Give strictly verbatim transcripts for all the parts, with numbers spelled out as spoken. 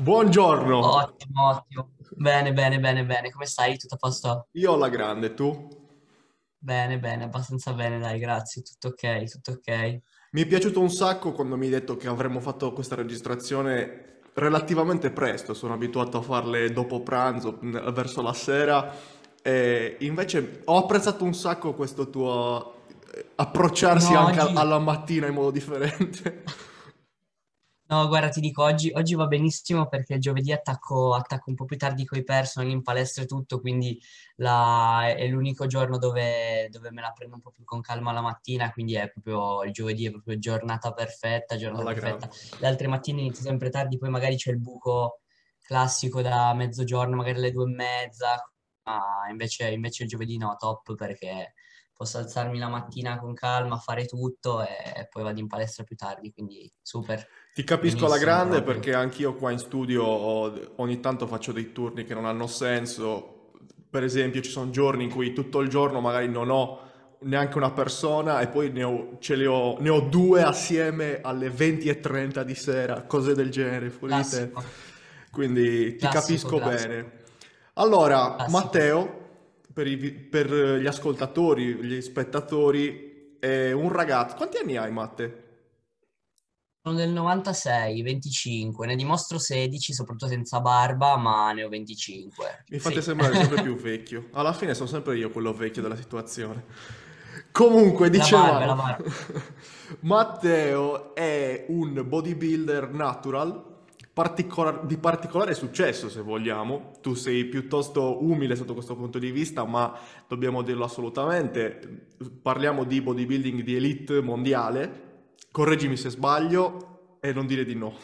Buongiorno, Ottimo, ottimo. Bene, bene, bene, bene. Come stai? Tutto a posto? io alla grande, tu? Bene, bene, abbastanza bene, dai, grazie. Tutto ok, tutto ok. Mi è piaciuto un sacco quando mi hai detto che avremmo fatto questa registrazione relativamente presto, sono abituato a farle dopo pranzo, n- verso la sera, e invece ho apprezzato un sacco questo tuo eh, approcciarsi No, anche a- oggi, alla mattina in modo differente. no, guarda, ti dico, oggi, oggi va benissimo perché giovedì attacco, attacco un po' più tardi coi personal in palestra e tutto, quindi la- è l'unico giorno dove, dove me la prendo un po' più con calma la mattina, quindi è proprio il giovedì, è proprio giornata perfetta, giornata Alla perfetta. grande. Le altre mattine inizio sempre tardi, poi magari c'è il buco classico da mezzogiorno, magari alle due e mezza, ma invece, invece il giovedì no, top perché posso alzarmi la mattina con calma, fare tutto e poi vado in palestra più tardi, quindi super, Ti capisco alla benissimo grande proprio. perché anch'io qua in studio ho- ogni tanto faccio dei turni che non hanno senso. Per esempio, ci sono giorni in cui tutto il giorno magari non ho neanche una persona e poi ne ho, ce le ho, ne ho due assieme alle venti e trenta di sera, cose del genere, fuori di te. Classico, Quindi ti classico, capisco classico, bene. Allora, classico. Matteo, per, i- per gli ascoltatori, gli spettatori, è un ragazzo. Quanti anni hai, Matte? Sono del novantasei, venticinque, ne dimostro sedici, soprattutto senza barba, ma ne ho venticinque. Mi fate Sì. sembrare sempre più vecchio. Alla fine sono sempre io quello vecchio della situazione. Comunque, È la barba, è la dicevamo, barba. Matteo è un bodybuilder natural, particolar- di particolare successo se vogliamo. Tu sei piuttosto umile sotto questo punto di vista, ma dobbiamo dirlo assolutamente. Parliamo di bodybuilding di elite mondiale. Correggimi se sbaglio e non dire di no.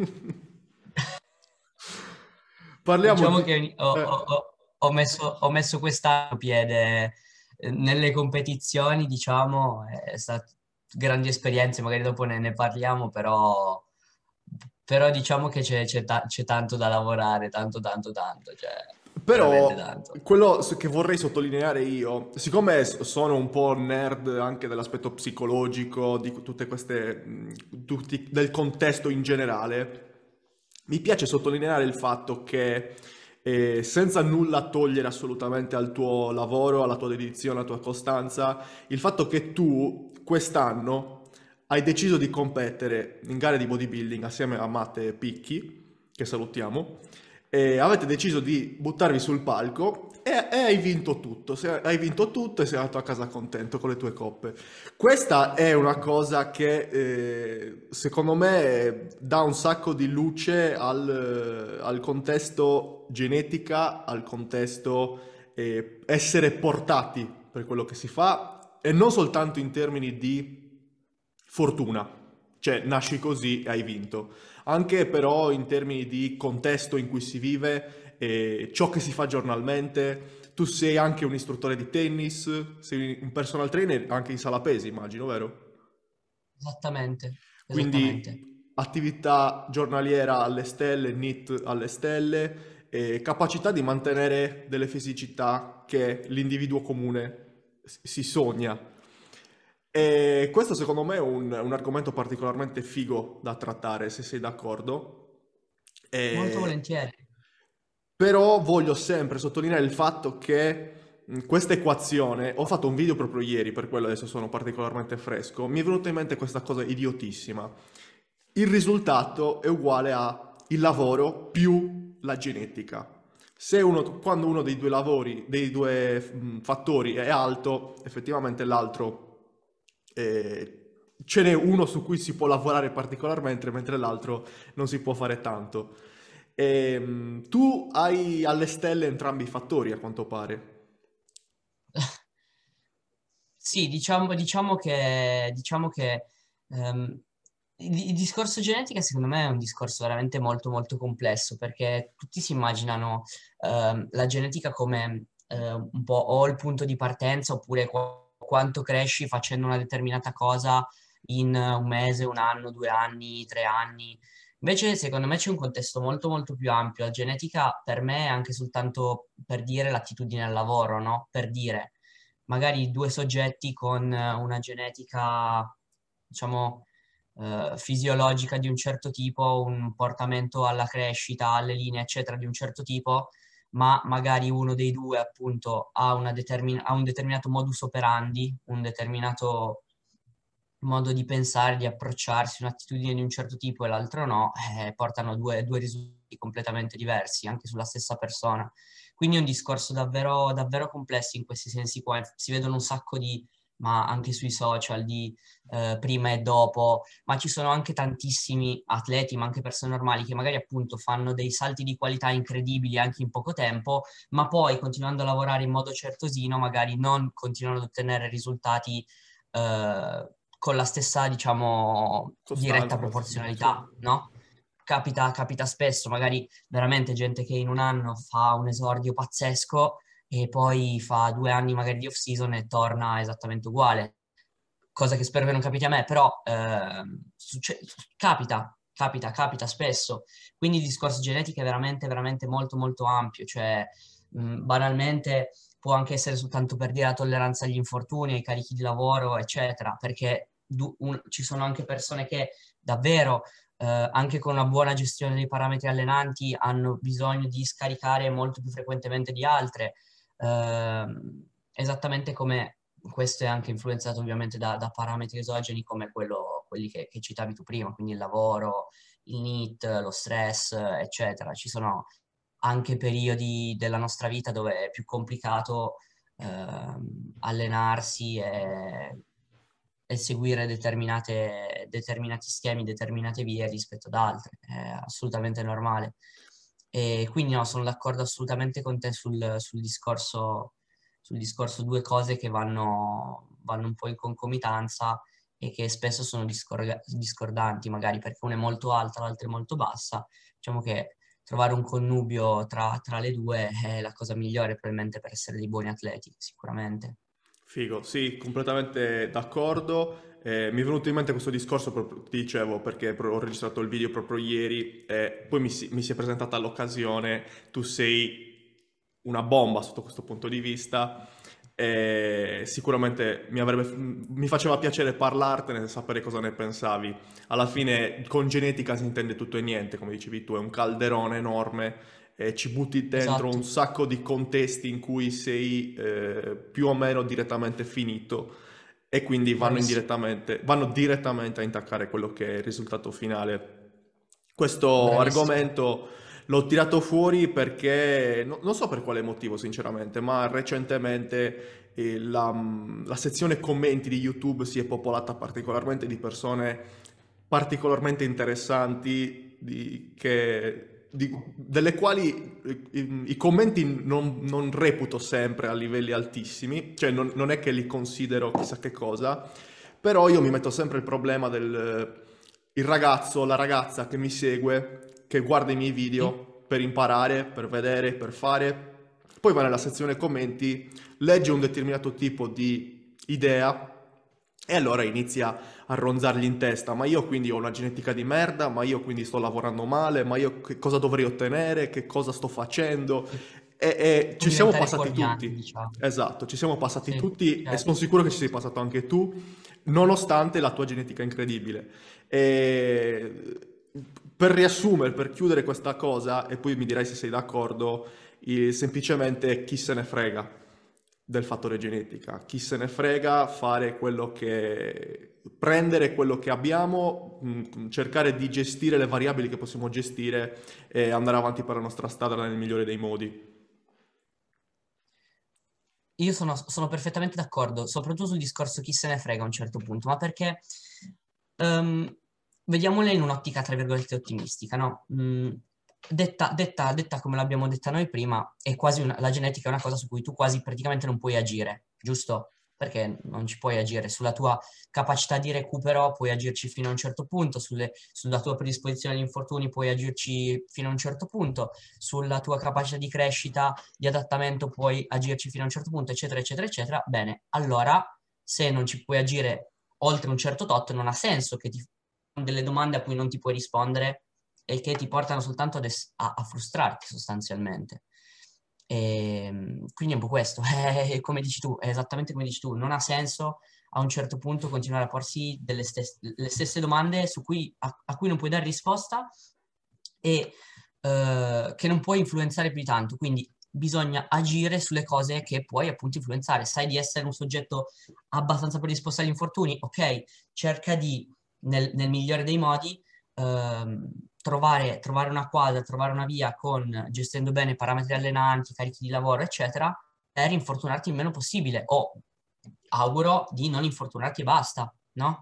Parliamo Diciamo di... che ho, eh, ho- ho- ho messo, ho messo quest'anno piede eh, nelle competizioni, diciamo, è stato grandi esperienze, magari dopo ne, ne parliamo, però, però diciamo che c'è c'è ta- c'è tanto da lavorare, tanto, tanto, tanto, cioè veramente Però tanto. quello s- che vorrei sottolineare io, siccome s- sono un po' nerd anche dell'aspetto psicologico, di tutte queste, mh, tutti, del contesto in generale, mi piace sottolineare il fatto che eh, senza nulla togliere assolutamente al tuo lavoro, alla tua dedizione, alla tua costanza, il fatto che tu quest'anno hai deciso di competere in gare di bodybuilding assieme a Matte Picchi, che salutiamo, e avete deciso di buttarvi sul palco e, e hai vinto tutto. Se- hai vinto tutto e sei andato a casa contento con le tue coppe. Questa è una cosa che eh, secondo me dà un sacco di luce al, al contesto genetica, al contesto eh, essere portati per quello che si fa e non soltanto in termini di fortuna, cioè nasci così e hai vinto, anche però in termini di contesto in cui si vive, e ciò che si fa giornalmente. Tu sei anche un istruttore di tennis, sei un personal trainer anche in sala pesi, immagino, vero? Esattamente, esattamente. Quindi attività giornaliera alle stelle, N I T alle stelle, e capacità di mantenere delle fisicità che l'individuo comune s- si sogna. E questo secondo me è un, un argomento particolarmente figo da trattare, se sei d'accordo. Molto E- volentieri. Però voglio sempre sottolineare il fatto che mh, questa equazione, ho fatto un video proprio ieri, per quello adesso sono particolarmente fresco, mi è venuta in mente questa cosa idiotissima. Il risultato è uguale a il lavoro più la genetica. Se uno, quando uno dei due lavori, dei due mh, fattori è alto, effettivamente l'altro eh, ce n'è uno su cui si può lavorare particolarmente, mentre l'altro non si può fare tanto. Ehm, tu hai alle stelle entrambi i fattori, a quanto pare. Sì, diciamo, diciamo che, diciamo che ehm, il, il discorso genetica secondo me è un discorso veramente molto molto complesso perché tutti si immaginano ehm, la genetica come eh, un po' o il punto di partenza oppure qu- quanto cresci facendo una determinata cosa in un mese, un anno, due anni, tre anni. Invece secondo me c'è un contesto molto molto più ampio. La genetica per me è anche soltanto per dire l'attitudine al lavoro, no? Per dire magari due soggetti con eh, una genetica, diciamo, eh, fisiologica di un certo tipo, un portamento alla crescita, alle linee, eccetera, di un certo tipo, ma magari uno dei due appunto ha, una determin- ha un determinato modus operandi, un determinato modo di pensare, di approcciarsi, un'attitudine di un certo tipo e l'altro no, eh, portano a due, due risultati completamente diversi, anche sulla stessa persona. Quindi è un discorso davvero, davvero complesso in questi sensi qua. Si vedono un sacco di, ma anche sui social, di eh, prima e dopo, ma ci sono anche tantissimi atleti, ma anche persone normali che magari appunto fanno dei salti di qualità incredibili anche in poco tempo, ma poi continuando a lavorare in modo certosino, magari non continuano ad ottenere risultati eh, con la stessa, diciamo, diretta Costanza, sì. proporzionalità, no? Capita, capita spesso, magari veramente gente che in un anno fa un esordio pazzesco e poi fa due anni magari di off-season e torna esattamente uguale. Cosa che spero che non capiti a me, però ehm, succe- capita, capita, capita spesso. Quindi il discorso genetico è veramente, veramente molto, molto ampio. Cioè, mh, banalmente può anche essere soltanto per dire la tolleranza agli infortuni, ai carichi di lavoro, eccetera, perché du- un- ci sono anche persone che davvero, eh, anche con una buona gestione dei parametri allenanti, hanno bisogno di scaricare molto più frequentemente di altre. Ehm, esattamente come questo è anche influenzato ovviamente da, da parametri esogeni come quello- quelli che, che citavi tu prima, quindi il lavoro, il N E E T, lo stress, eccetera. Ci sono anche periodi della nostra vita dove è più complicato ehm, allenarsi e, e seguire determinate, determinati schemi, determinate vie rispetto ad altre. È assolutamente normale. E quindi no, sono d'accordo assolutamente con te sul, sul discorso, sul discorso due cose che vanno, vanno un po' in concomitanza e che spesso sono discorga- discordanti, magari perché una è molto alta, l'altra è molto bassa. Diciamo che trovare un connubio tra, tra le due è la cosa migliore probabilmente per essere dei buoni atleti, sicuramente. Figo, sì, completamente d'accordo. Eh, mi è venuto in mente questo discorso, proprio, ti dicevo, perché pro- ho registrato il video proprio ieri e poi mi si, mi si è presentata l'occasione, tu sei una bomba sotto questo punto di vista e sicuramente mi avrebbe, mi faceva piacere parlartene e sapere cosa ne pensavi. Alla fine con genetica si intende tutto e niente, come dicevi tu, è un calderone enorme e ci butti dentro un Esatto, sacco di contesti in cui sei eh, più o meno direttamente finito e quindi vanno bravissimo, indirettamente, vanno direttamente a intaccare quello che è il risultato finale. Questo bravissimo. argomento l'ho tirato fuori perché no- non so per quale motivo, sinceramente, ma recentemente eh, la, la sezione commenti di YouTube si è popolata particolarmente di persone particolarmente interessanti di- che- di- delle quali eh, i, i commenti non, non reputo sempre a livelli altissimi, cioè non, non è che li considero chissà che cosa, però io mi metto sempre il problema del il ragazzo, la ragazza che mi segue, che guarda i miei Sì? video per imparare, per vedere, per fare, poi va nella sezione commenti, legge un determinato tipo di idea e allora inizia a ronzargli in testa, ma io quindi ho una genetica di merda, ma io quindi sto lavorando male, ma io che cosa dovrei ottenere, che cosa sto facendo? Sì. E, e Può ci siamo diventare passati fuorviante, tutti, diciamo. esatto, ci siamo passati Sì, tutti e sono certo. sicuro che ci sei passato anche tu, nonostante la tua genetica incredibile. E per riassumere, per chiudere questa cosa, e poi mi dirai se sei d'accordo, il- semplicemente chi se ne frega del fattore genetica, chi se ne frega, fare quello che, prendere quello che abbiamo, mh, cercare di gestire le variabili che possiamo gestire e andare avanti per la nostra strada nel migliore dei modi. Io sono, sono perfettamente d'accordo, soprattutto sul discorso chi se ne frega a un certo punto, ma perché ehm, vediamola in un'ottica, tra virgolette, ottimistica, no? Mm, detta, detta- detta come l'abbiamo detta noi prima, è quasi una- la genetica è una cosa su cui tu quasi praticamente non puoi agire, giusto? Perché non ci puoi agire sulla tua capacità di recupero, puoi agirci fino a un certo punto, sulle- sulla tua predisposizione agli infortuni puoi agirci fino a un certo punto, sulla tua capacità di crescita di adattamento puoi agirci fino a un certo punto, eccetera, eccetera, eccetera, bene, allora se non ci puoi agire oltre un certo tot, non ha senso che ti fanno delle domande a cui non ti puoi rispondere e che ti portano soltanto ad es- a, a frustrarti sostanzialmente. E, quindi è un po' questo, è come dici tu, è esattamente come dici tu, non ha senso a un certo punto continuare a porsi delle stesse, le stesse domande su cui, a, a cui non puoi dare risposta e eh, che non puoi influenzare più di tanto. Quindi bisogna agire sulle cose che puoi appunto influenzare. Sai di essere un soggetto abbastanza predisposto agli infortuni? Ok, cerca di, nel, nel migliore dei modi, ehm, trovare, trovare una quadra, trovare una via con, gestendo bene i parametri allenanti, carichi di lavoro, eccetera, per infortunarti il meno possibile. O auguro di non infortunarti e basta, no?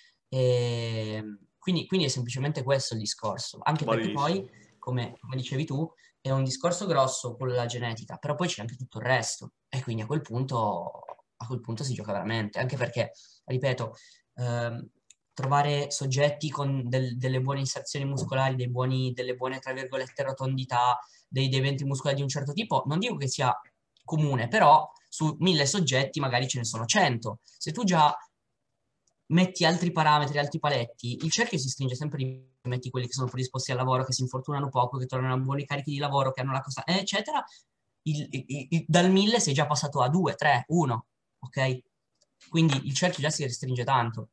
E quindi, quindi è semplicemente questo il discorso, anche perché Validissimo. poi, come, come dicevi tu, è un discorso grosso quello della genetica, però poi c'è anche tutto il resto e quindi a quel punto, a quel punto si gioca veramente, anche perché, ripeto, ehm, trovare soggetti con del- delle buone inserzioni muscolari, dei buoni, delle buone, tra virgolette, rotondità, dei, dei venti muscolari di un certo tipo, non dico che sia comune, però su mille soggetti magari ce ne sono cento. Se tu già metti altri parametri, altri paletti, il cerchio si stringe sempre di più, metti quelli che sono predisposti al lavoro, che si infortunano poco, che tornano a buoni carichi di lavoro, che hanno la costa, eh, eccetera, il- il- il- dal mille sei già passato a due, tre, uno, ok? Quindi il cerchio già si restringe tanto.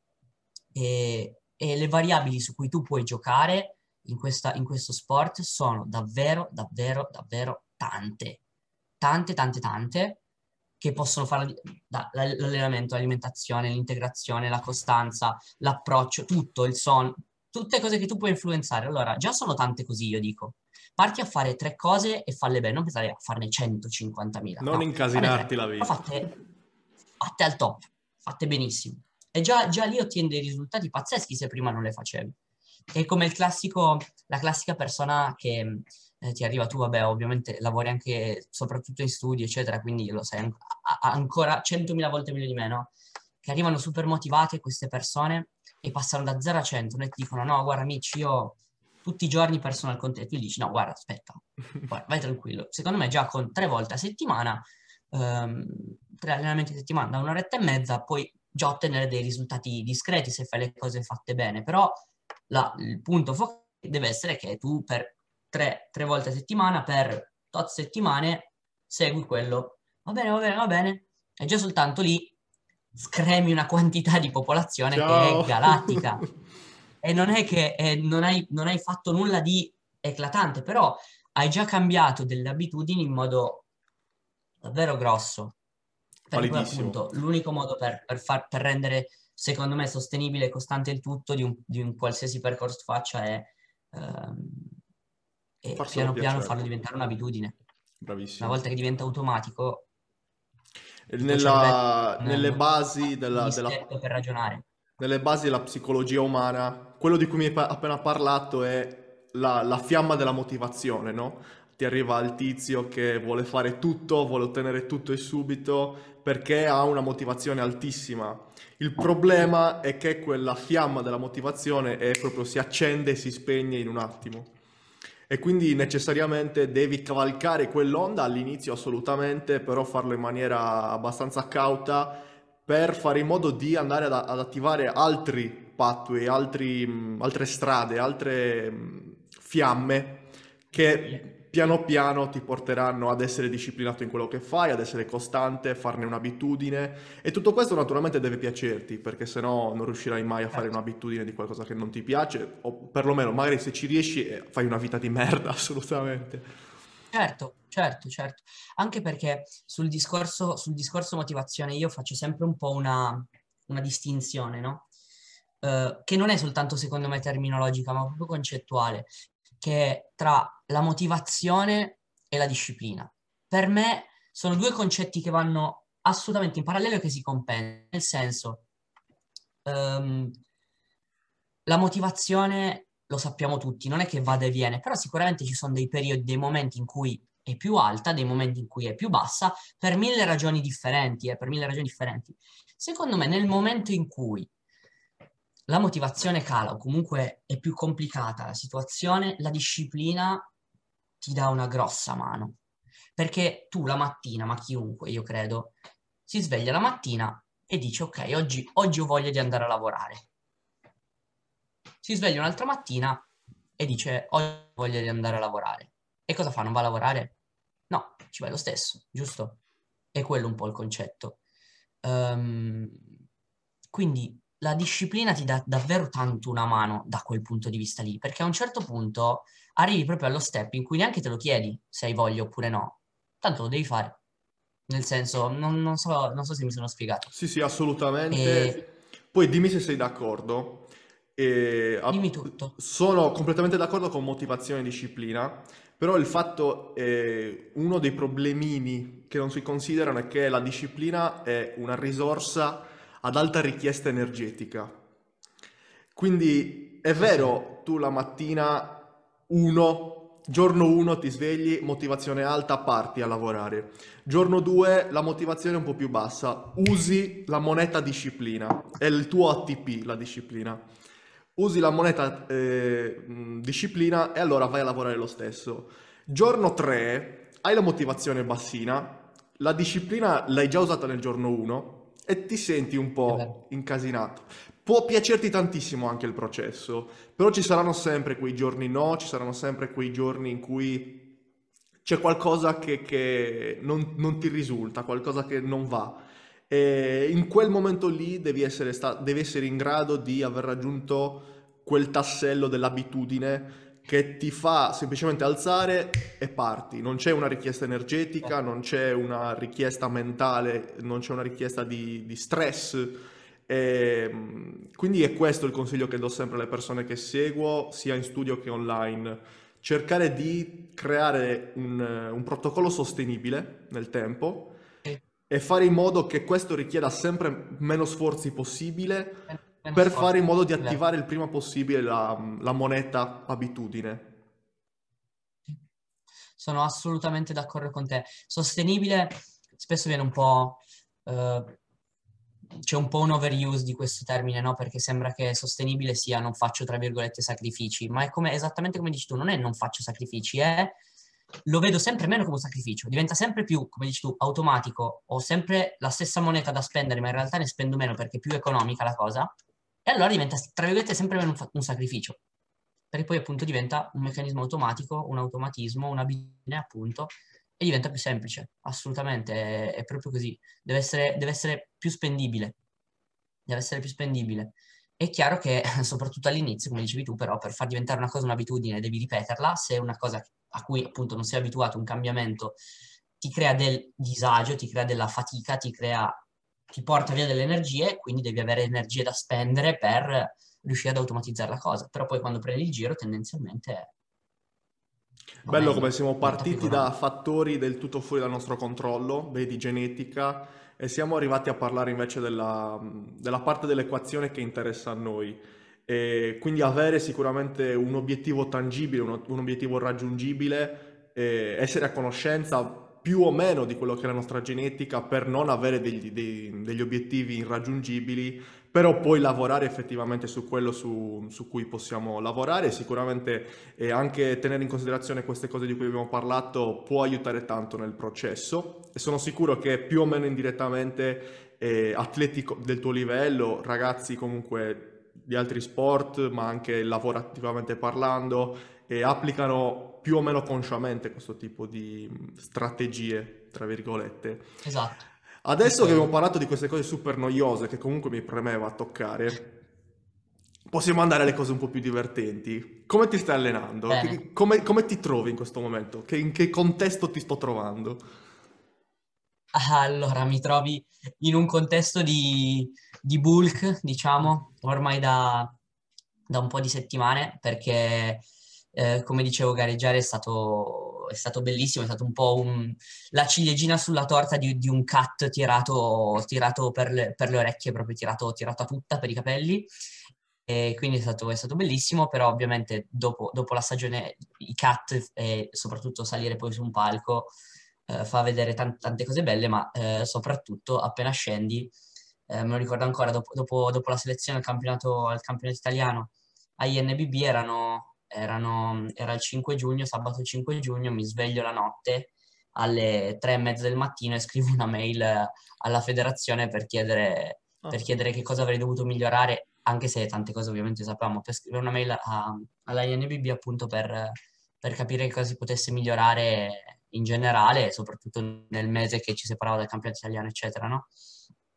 E, e le variabili su cui tu puoi giocare in questa- in questo sport sono davvero, davvero, davvero tante. Tante, tante, tante che possono fare da- la- l'allenamento, l'alimentazione, l'integrazione, la costanza, l'approccio, tutto, il sonno, tutte cose che tu puoi influenzare. Allora, già sono tante così, io dico. Parti a fare tre cose e falle bene, non pensare a farne centocinquantamila, Non no, fanne incasinarti tre, la però vita. fatte, fatte al top, fatte benissimo. E già, già lì ottieni dei risultati pazzeschi se prima non le facevi. È come il classico, la classica persona che eh, ti arriva tu, vabbè, ovviamente lavori anche soprattutto in studi, eccetera, quindi lo sai an- a- ancora centomila volte meglio di me, no? Che arrivano super motivate queste persone e passano da zero a cento, noi ti dicono, no, guarda amici, io tutti i giorni personal con te, tu gli dici, no, guarda, aspetta, guarda, vai tranquillo. Secondo me già con tre volte a settimana, ehm, tre allenamenti a settimana da un'oretta e mezza, puoi già ottenere dei risultati discreti se fai le cose fatte bene, però la- il punto focale deve essere che tu per tre, tre volte a settimana, per tot settimane, segui quello. Va bene, va bene, va bene. E già soltanto lì scremi una quantità di popolazione che è Ciao. galattica. E non è che eh, non hai, non hai fatto nulla di eclatante, però hai già cambiato delle abitudini in modo davvero grosso. Perché poi Validissimo. appunto l'unico modo per, per far, per rendere, secondo me, sostenibile e costante il tutto di un, di un qualsiasi percorso tu faccia è, ehm, è Farselo piano piano piacere. farlo diventare un'abitudine. Una Bravissimo. volta che diventa automatico, il tuo cervello Nella- non, nelle non basi ha della, gli della step per ragionare. nelle basi della psicologia umana, quello di cui mi hai pa- appena parlato è la, la fiamma della motivazione, no? Ti arriva il tizio che vuole fare tutto, vuole ottenere tutto e subito perché ha una motivazione altissima. Il problema è che quella fiamma della motivazione è proprio si accende e si spegne in un attimo. E quindi necessariamente devi cavalcare quell'onda all'inizio assolutamente, però farlo in maniera abbastanza cauta per fare in modo di andare ad, ad attivare altri pathway, altri, mh, altre strade, altre mh, fiamme che piano piano ti porteranno ad essere disciplinato in quello che fai, ad essere costante, farne un'abitudine e tutto questo naturalmente deve piacerti perché sennò non riuscirai mai a fare Certo. un'abitudine di qualcosa che non ti piace o perlomeno magari se ci riesci eh, fai una vita di merda assolutamente. Certo, certo, certo. Anche perché sul discorso, sul discorso motivazione io faccio sempre un po' una, una distinzione, no? Eh, che non è soltanto secondo me terminologica, ma proprio concettuale, che è tra la motivazione e la disciplina. Per me sono due concetti che vanno assolutamente in parallelo e che si compensano, nel senso, ehm, la motivazione lo sappiamo tutti, non è che vada e viene, però sicuramente ci sono dei periodi, dei momenti in cui è più alta, dei momenti in cui è più bassa, per mille ragioni differenti, eh, per mille ragioni differenti. Secondo me, nel momento in cui la motivazione cala o comunque è più complicata la situazione, la disciplina ti dà una grossa mano. Perché tu la mattina, ma chiunque, io credo, si sveglia la mattina e dice ok, oggi, oggi ho voglia di andare a lavorare. Si sveglia un'altra mattina e dice ho voglia di andare a lavorare. E cosa fa? Non va a lavorare? No, ci vai lo stesso, giusto? È quello un po' il concetto. Ehm, Quindi la disciplina ti dà davvero tanto una mano da quel punto di vista lì, perché a un certo punto arrivi proprio allo step in cui neanche te lo chiedi se hai voglia oppure no, tanto lo devi fare. Nel senso, non, non so, non so se mi sono spiegato. Sì, sì, E assolutamente. Poi dimmi se sei d'accordo. E, dimmi a- tutto. sono completamente d'accordo con motivazione e disciplina, però il fatto è uno dei problemini che non si considerano è che la disciplina è una risorsa ad alta richiesta energetica. Quindi è Eh sì, vero, tu la mattina uno, giorno uno ti svegli, motivazione alta, parti a lavorare. Giorno due, la motivazione è un po' più bassa, usi la moneta disciplina, è il tuo A T P la disciplina. Usi la moneta eh, mh, disciplina e allora vai a lavorare lo stesso. Giorno tre, hai la motivazione bassina, la disciplina l'hai già usata nel giorno uno e ti senti un è vero. po' incasinato. Può piacerti tantissimo anche il processo, però ci saranno sempre quei giorni no, ci saranno sempre quei giorni in cui c'è qualcosa che, che non, non ti risulta, qualcosa che non va. E in quel momento lì devi essere, sta- devi essere in grado di aver raggiunto quel tassello dell'abitudine che ti fa semplicemente alzare e parti. Non c'è una richiesta Eh, energetica, non c'è una richiesta mentale, non c'è una richiesta di, di stress. E, quindi è questo il consiglio che do sempre alle persone che seguo, sia in studio che online. Cercare di creare un, un protocollo sostenibile nel tempo sì, e fare in modo che questo richieda sempre meno sforzi possibile men- meno per fare in sforzo, modo di è vero. attivare il prima possibile la, la moneta abitudine. Sono assolutamente d'accordo con te. Sostenibile spesso viene un po'... eh, c'è un po' un overuse di questo termine, no? Perché sembra che sostenibile sia non faccio, tra virgolette, sacrifici, ma è come, esattamente come dici tu, non è non faccio sacrifici, è lo vedo sempre meno come un sacrificio, diventa sempre più, come dici tu, automatico, ho sempre la stessa moneta da spendere, ma in realtà ne spendo meno perché è più economica la cosa, e allora diventa, tra virgolette, sempre meno un, fa- un sacrificio, perché poi appunto diventa un meccanismo automatico, un automatismo, un'abitudine appunto, e diventa più semplice, assolutamente, è, è proprio così, deve essere, deve essere più spendibile, deve essere più spendibile. È chiaro che, soprattutto all'inizio, come dicevi tu, però, per far diventare una cosa un'abitudine devi ripeterla, se è una cosa a cui appunto non sei abituato, un cambiamento ti crea del disagio, ti crea della fatica, ti crea, ti porta via delle energie, quindi devi avere energie da spendere per riuscire ad automatizzare la cosa. Però poi quando prendi il giro tendenzialmente va Bello come meglio, siamo diventa più partiti da economico. fattori del tutto fuori dal nostro controllo, vedi genetica, e siamo arrivati a parlare invece della, della parte dell'equazione che interessa a noi. E quindi avere sicuramente un obiettivo tangibile, uno- un obiettivo raggiungibile, e essere a conoscenza più o meno di quello che è la nostra genetica per non avere degli, dei- degli obiettivi irraggiungibili, però poi lavorare effettivamente su quello su, su cui possiamo lavorare. Sicuramente e anche tenere in considerazione queste cose di cui abbiamo parlato può aiutare tanto nel processo e sono sicuro che più o meno indirettamente eh, atleti co- del tuo livello, ragazzi comunque di altri sport, ma anche lavorativamente parlando, eh, applicano più o meno consciamente questo tipo di mh, strategie, tra virgolette. Esatto, ci Adesso che abbiamo credo. parlato di queste cose super noiose che comunque mi premeva toccare, possiamo andare alle cose un po' più divertenti. Come ti stai allenando? Bene. Che- Come, come ti trovi in questo momento? Che- in che contesto ti sto trovando? Ah, allora, mi trovi in un contesto di, di bulk, diciamo, ormai da, da un po' di settimane, perché, eh, come dicevo, gareggiare è stato, è stato bellissimo, è stato un po' un- la ciliegina sulla torta di, di un cut tirato, tirato per le, per le orecchie, proprio tirato, tirato a tutta per i capelli. E quindi è stato, è stato bellissimo, però ovviamente dopo, dopo la stagione, i cut e soprattutto salire poi su un palco eh, fa vedere tan- tante cose belle, ma eh, soprattutto appena scendi, eh, me lo ricordo ancora, dopo, dopo- dopo la selezione al campionato, al campionato italiano a I N B B erano, erano- era il cinque giugno, sabato cinque giugno, mi sveglio la notte alle tre e mezza del mattino e scrivo una mail eh, alla federazione per chiedere, per Ah, chiedere che cosa avrei dovuto migliorare, anche se tante cose ovviamente sapevamo, per scrivere una mail a- alla I N B B appunto per, per capire che cosa si potesse migliorare in generale, soprattutto nel mese che ci separava dal campionato italiano, eccetera, no?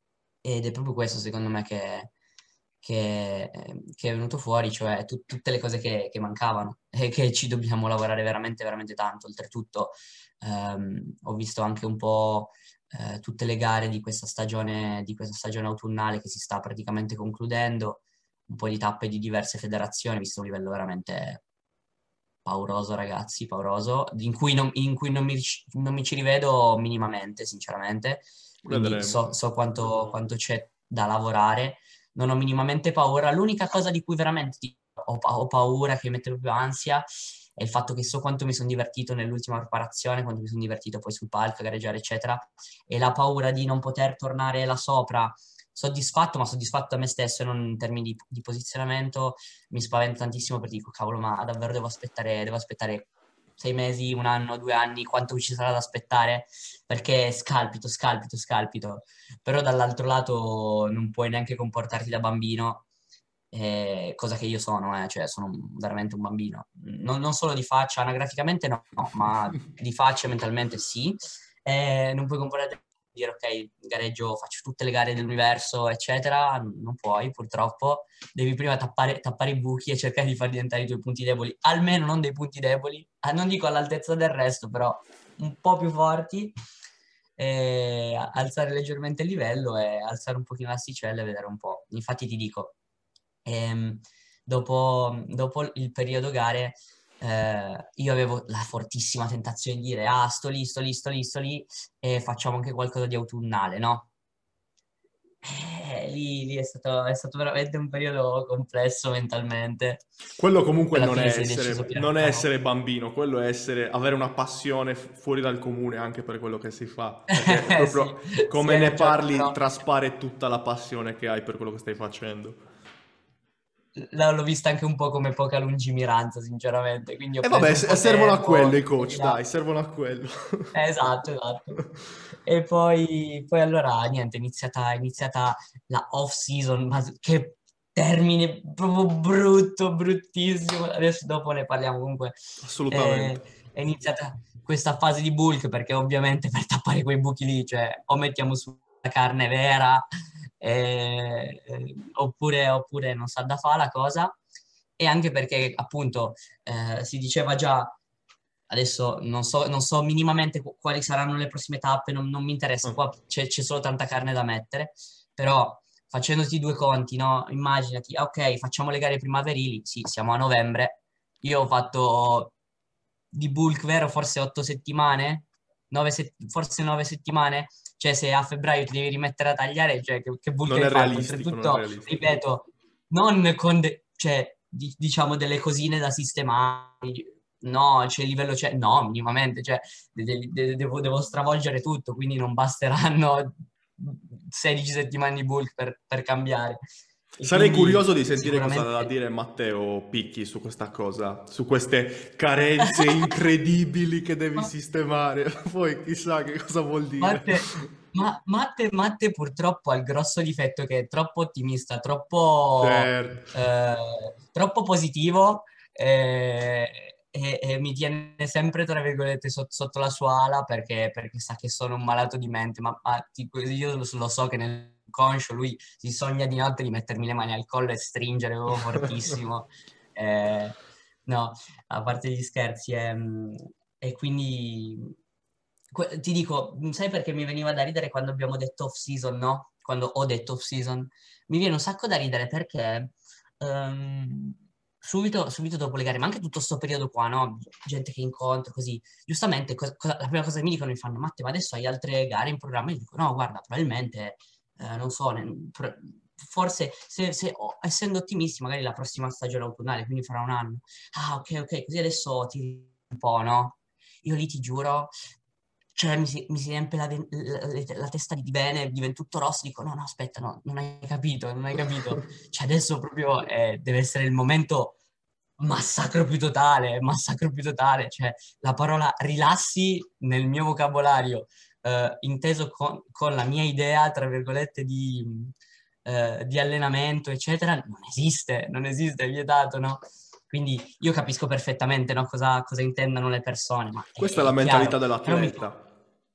ed è proprio questo secondo me che, che, che è venuto fuori, cioè tu- tutte le cose che, che mancavano e che ci dobbiamo lavorare veramente, veramente tanto. Oltretutto ehm, ho visto anche un po' eh, tutte le gare di questa stagione, di questa stagione autunnale che si sta praticamente concludendo, un po' di tappe di diverse federazioni, visto un livello veramente pauroso, ragazzi, pauroso, in cui non, in cui non mi, non mi ci rivedo minimamente, sinceramente. Quindi Vedremo. so, so quanto, quanto c'è da lavorare, non ho minimamente paura. L'unica cosa di cui veramente ti- ho, pa- ho paura, che mi mette proprio ansia, è il fatto che so quanto mi sono divertito nell'ultima preparazione, quanto mi sono divertito poi sul palco, a gareggiare, eccetera, e la paura di non poter tornare là sopra soddisfatto, ma soddisfatto da me stesso e non in termini di, di posizionamento, mi spaventa tantissimo perché dico, cavolo, ma davvero devo aspettare, devo aspettare sei mesi, un anno, due anni, quanto ci sarà da aspettare? Perché scalpito, scalpito, scalpito. Però dall'altro lato non puoi neanche comportarti da bambino, eh, cosa che io sono, eh, cioè sono veramente un bambino. Non, non solo di faccia, anagraficamente no, no, ma di faccia mentalmente sì. Eh, non puoi comportarti dire ok, gareggio, faccio tutte le gare dell'universo, eccetera. Non puoi, purtroppo. Devi prima tappare, tappare i buchi e cercare di far diventare i tuoi punti deboli, almeno non dei punti deboli, ah, non dico all'altezza del resto, però un po' più forti, e alzare leggermente il livello e alzare un pochino l'asticella e vedere un po'. Infatti ti dico, ehm, dopo, dopo il periodo gare, eh, io avevo la fortissima tentazione di dire, ah, sto lì, sto lì, sto lì, sto lì, e facciamo anche qualcosa di autunnale, no? Eh, lì, lì è stato, è stato veramente un periodo complesso mentalmente. Quello comunque Alla non è fine si è deciso essere, piano non è piano. essere bambino, quello è essere, avere una passione fu- fuori dal comune anche per quello che si fa. Perché è Eh, sì, proprio sì, come hai ne ragione, parli, però traspare tutta la passione che hai per quello che stai facendo. l- l'ho vista anche un po' come poca lungimiranza, sinceramente, quindi ho E vabbè, preso un se- po' servono a tempo quello i e coach, via. dai, servono a quello. Eh, Esatto, esatto. E poi, poi allora, niente, è iniziata, è iniziata la off-season, ma che termine proprio brutto, bruttissimo. Adesso dopo ne parliamo comunque. Assolutamente. Eh, è iniziata questa fase di bulk perché ovviamente per tappare quei buchi lì, cioè, o mettiamo su la carne vera, eh, eh, oppure, oppure non sa da fare la cosa. E anche perché appunto eh, si diceva già. Adesso non so, non so minimamente qu- quali saranno le prossime tappe, non, non mi interessa, Ah, qua c'è c'è solo tanta carne da mettere, però facendoti due conti, no? Immaginati, ah, ok, facciamo le gare primaverili, sì, siamo a novembre, io ho fatto di bulk vero forse otto settimane, nove set- forse nove settimane, cioè se a febbraio ti devi rimettere a tagliare, cioè che, che bulk non hai è fatto? realistico, non è Oltretutto, realistico. ripeto, non con, de- cioè, di- diciamo delle cosine da sistemare, no, c'è il livello, c'è, no, minimamente, cioè, de- de- de- devo, devo stravolgere tutto, quindi non basteranno sedici settimane di bulk per, per cambiare. E Sarei quindi curioso di sentire cosa ha da sicuramente. dire Matteo Picchi su questa cosa, su queste carenze incredibili che devi Ma, sistemare. Poi chissà che cosa vuol dire. Matte, ma, Matte, Matte purtroppo ha il grosso difetto che è troppo ottimista, troppo, Certo. eh, troppo positivo, eh, e, e mi tiene sempre, tra virgolette, sot- sotto la sua ala perché, perché sa che sono un malato di mente, ma, ma tipo, io lo, lo so che nel conscio lui si sogna di notte di mettermi le mani al collo e stringere proprio fortissimo. Eh, no, a parte gli scherzi, ehm, e quindi que- ti dico, sai perché mi veniva da ridere quando abbiamo detto off season, no? Quando ho detto off season, mi viene un sacco da ridere perché ehm, subito, subito dopo le gare, ma anche tutto questo periodo qua, no? Gente che incontro, così, giustamente, co- cosa- la prima cosa che mi dicono, mi fanno, Matte, ma adesso hai altre gare in programma? Io dico, no, guarda, probabilmente, eh, non so, ne- pro- forse, se, se- oh, essendo ottimisti, magari la prossima stagione autunnale, quindi farà un anno. Ah, ok, ok, così adesso ti un po', no? Io lì ti giuro, cioè mi si, mi si riempie la, ven- la- la- la testa di vene, divento tutto rosso, dico no, no, aspetta, no, non hai capito, non hai capito. Cioè adesso proprio eh, deve essere il momento massacro più totale, massacro più totale. Cioè la parola rilassi nel mio vocabolario, eh, inteso con, con la mia idea, tra virgolette, di, eh, di allenamento, eccetera, non esiste, non esiste, è vietato, no? Quindi io capisco perfettamente, no, cosa, cosa intendano le persone, ma Questa è è, la è chiaro. mentalità Però mi, dell'atleta.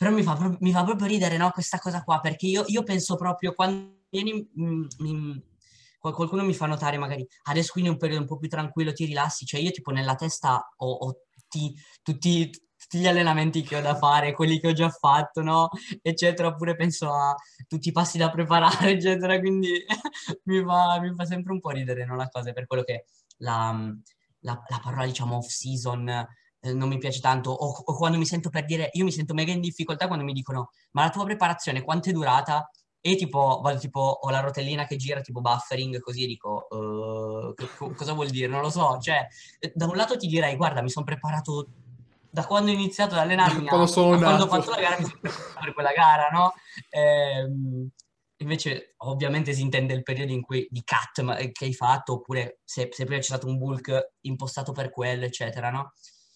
però mi fa, pro- mi fa proprio ridere, no, questa cosa qua, perché io, io penso proprio quando vieni, mm, mm, qual- qualcuno mi fa notare magari, adesso quindi è un periodo un po' più tranquillo, ti rilassi, cioè io tipo nella testa ho, ho tutti, tutti, tutti gli allenamenti che ho da fare, quelli che ho già fatto, no, eccetera, oppure penso a tutti i passi da preparare, eccetera, quindi mi fa, mi fa sempre un po' ridere, no, la cosa, è per quello che la, la, la parola, diciamo, off-season eh, non mi piace tanto, o, o quando mi sento per dire, io mi sento mega in difficoltà quando mi dicono, ma la tua preparazione quanto è durata? E tipo, vado tipo, ho la rotellina che gira, tipo buffering, così e dico, "Uh, co- co- cosa vuol dire? Non lo so, cioè, eh, da un lato ti direi, guarda, mi sono preparato da quando ho iniziato ad Da allenarmi a, quando sono a quando ho nato. fatto la gara, mi sono preparato per quella gara, no? Ehm, Invece, ovviamente, si intende il periodo in cui di cut ma- che hai fatto, oppure se, se prima c'è stato un bulk impostato per quello, eccetera, no?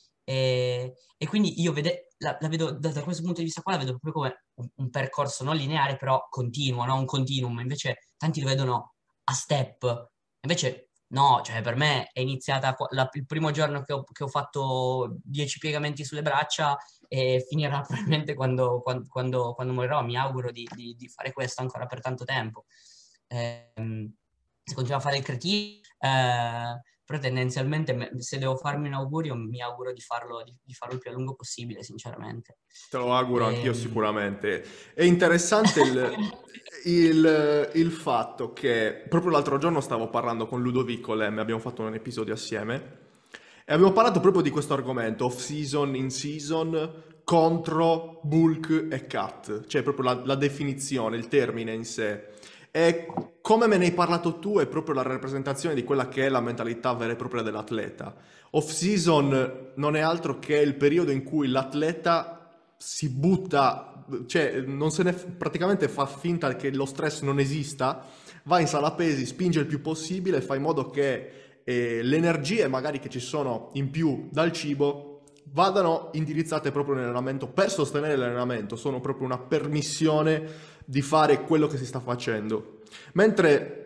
E, e quindi io vede, la, la vedo da, da questo punto di vista qua, la vedo proprio come un, un percorso non lineare, però continuo, no? Un continuum. Invece tanti lo vedono a step. Invece no, cioè per me è iniziata qua- la- il primo giorno che ho, che ho fatto dieci piegamenti sulle braccia e finirà probabilmente quando, quan- quando- quando morirò. Mi auguro di, di- di fare questo ancora per tanto tempo. Ehm, Se continuo a fare il cretino, eh, però tendenzialmente me- se devo farmi un augurio mi auguro di farlo, di, di farlo il più a lungo possibile, sinceramente. Te lo auguro anch'io Ehm, sicuramente. È interessante il, il- il fatto che proprio l'altro giorno stavo parlando con Ludovico Lemme, abbiamo fatto un episodio assieme, e abbiamo parlato proprio di questo argomento, off-season, in-season, contro bulk e cut, cioè proprio la, la definizione, il termine in sé. E come me ne hai parlato tu è proprio la rappresentazione di quella che è la mentalità vera e propria dell'atleta. Off-season non è altro che il periodo in cui l'atleta si butta, cioè non se ne praticamente fa finta che lo stress non esista, va in sala pesi, spinge il più possibile, fa in modo che eh, le energie magari che ci sono in più dal cibo vadano indirizzate proprio nell'allenamento per sostenere l'allenamento, sono proprio una permissione di fare quello che si sta facendo. Mentre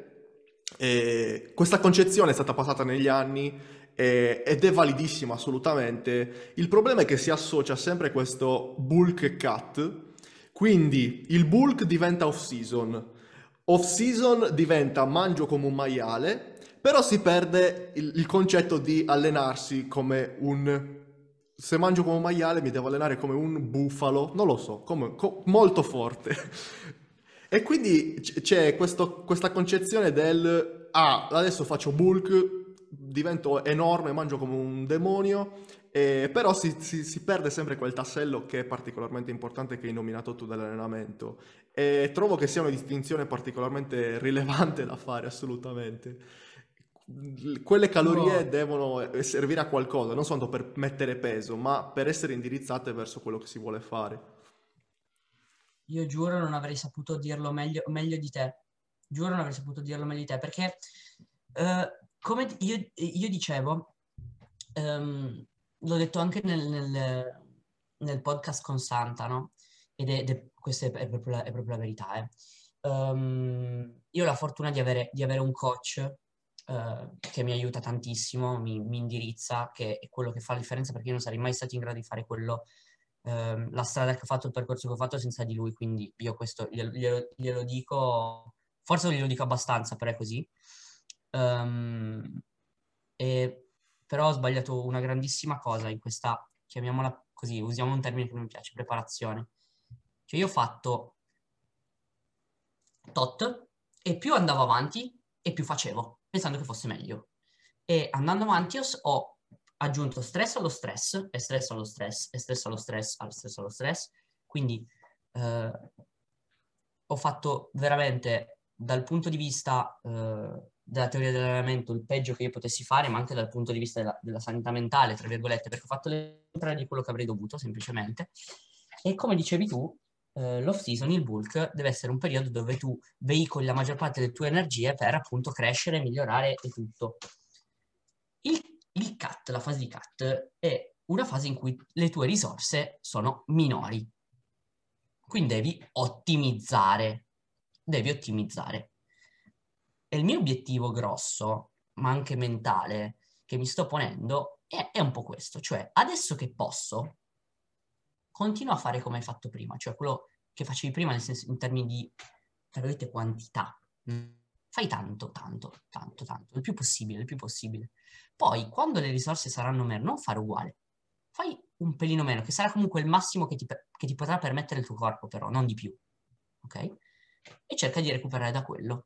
eh, questa concezione è stata passata negli anni eh, ed è validissima assolutamente. Il problema è che si associa sempre questo bulk cut, quindi il bulk diventa off season, off season diventa mangio come un maiale, però si perde il, il concetto di allenarsi come un... Se mangio come un maiale mi devo allenare come un bufalo, non lo so, come, co- molto forte. E quindi c- c'è questo- questa concezione del, ah, adesso faccio bulk, divento enorme, mangio come un demonio, eh, però si, si- si perde sempre quel tassello che è particolarmente importante che hai nominato tu dell'allenamento. E trovo che sia una distinzione particolarmente rilevante da fare, assolutamente. Quelle calorie io, devono eh, servire a qualcosa, non soltanto per mettere peso, ma per essere indirizzate verso quello che si vuole fare. io giuro non avrei saputo dirlo meglio, meglio di te. Giuro non avrei saputo dirlo meglio di te, perché eh, come di- io, io dicevo, ehm, l'ho detto anche nel, nel- nel podcast con Santa, no? Ed è, ed è- questa è, è proprio la, è proprio la verità, eh. Ehm, io ho la fortuna di avere, di avere un coach eh, che mi aiuta tantissimo, mi, mi indirizza, che è quello che fa la differenza perché io non sarei mai stato in grado di fare quello, ehm, la strada che ho fatto, il percorso che ho fatto senza di lui, quindi io questo glielo, glielo- glielo dico, forse non glielo dico abbastanza, però è così. Ehm, e- Però ho sbagliato una grandissima cosa in questa, chiamiamola così, usiamo un termine che non mi piace, preparazione. Cioè io ho fatto tot e più andavo avanti e più facevo, pensando che fosse meglio. E andando avanti ho, ho aggiunto stress allo stress, e stress allo stress, e stress allo stress, allo stress allo stress. Quindi eh, ho fatto veramente dal punto di vista eh, della teoria dell'allenamento il peggio che io potessi fare, ma anche dal punto di vista della, della sanità mentale, tra virgolette, perché ho fatto le contrarie di quello che avrei dovuto, semplicemente. E come dicevi tu, eh, l'off season, il bulk, deve essere un periodo dove tu veicoli la maggior parte delle tue energie per appunto crescere, migliorare e tutto. Il, il cut, la fase di cut, è una fase in cui le tue risorse sono minori. Quindi devi ottimizzare. Devi ottimizzare. E il mio obiettivo grosso, ma anche mentale, che mi sto ponendo è, è un po' questo, cioè adesso che posso, continua a fare come hai fatto prima, cioè quello che facevi prima nel senso, in termini di, tra virgolette, quantità. Mm. Fai tanto, tanto, tanto, tanto, il più possibile, il più possibile. Poi, quando le risorse saranno meno, non fare uguale. Fai un pelino meno, che sarà comunque il massimo che ti, che ti potrà permettere il tuo corpo, però, non di più. Ok? E cerca di recuperare da quello.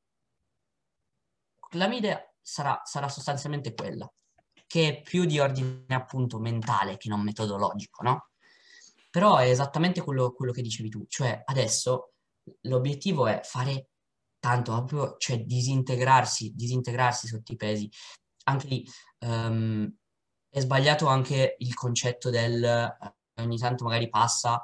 La mia idea sarà, sarà sostanzialmente quella, che è più di ordine appunto mentale che non metodologico, no? Però è esattamente quello, quello che dicevi tu, cioè adesso l'obiettivo è fare tanto, proprio, cioè disintegrarsi, disintegrarsi sotto i pesi. Anche lì ehm, è sbagliato anche il concetto del eh, ogni tanto magari passa,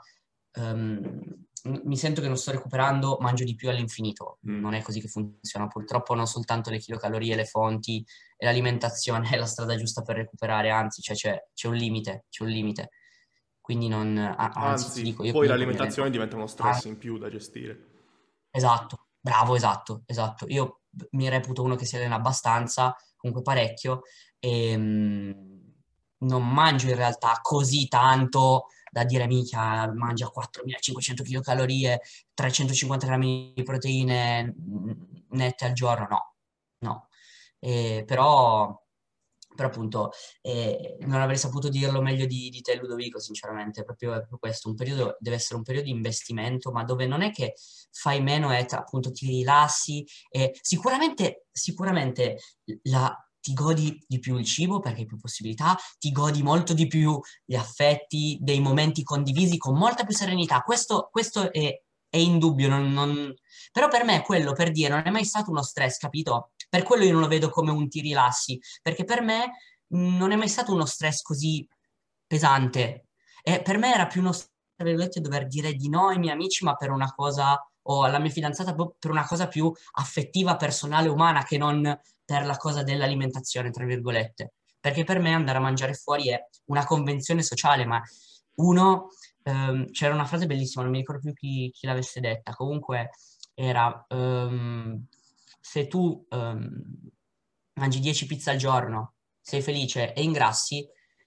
ehm, mi sento che non sto recuperando, mangio di più all'infinito. Mm. Non è così che funziona. Purtroppo non soltanto le chilocalorie, le fonti e l'alimentazione è la strada giusta per recuperare, anzi, cioè c'è c'è un limite, c'è un limite. Quindi non, a- anzi, ti Anzi, dico, io poi comunque mi l'alimentazione alleno. diventa uno Ah, stress in più da gestire. esatto, bravo, esatto, esatto. Io mi reputo uno che si allena abbastanza, comunque parecchio, e mh, non mangio in realtà così tanto da dire, mica, mangia quattromilacinquecento kcal, trecentocinquanta grammi di proteine mh, nette al giorno, no, no. Eh, però, però appunto eh, non avrei saputo dirlo meglio di, di te, Ludovico, sinceramente, proprio, è proprio questo, un periodo, deve essere un periodo di investimento, ma dove non è che fai meno e appunto ti rilassi e sicuramente, sicuramente la, ti godi di più il cibo perché hai più possibilità, ti godi molto di più gli affetti, dei momenti condivisi con molta più serenità. Questo, questo è, è indubbio, non, non... però per me quello, per dire, non è mai stato uno stress, capito? Per quello io non lo vedo come un ti rilassi, perché per me mh, non è mai stato uno stress così pesante. E per me era più uno stress, tra virgolette, dover dire di no ai miei amici, ma per una cosa, o alla mia fidanzata, proprio per una cosa più affettiva, personale, umana, che non per la cosa dell'alimentazione, tra virgolette. Perché per me andare a mangiare fuori è una convenzione sociale, ma uno, ehm, c'era una frase bellissima, non mi ricordo più chi, chi l'avesse detta, comunque era, ehm, se tu ehm, mangi dieci pizze al giorno, sei felice e ingrassi,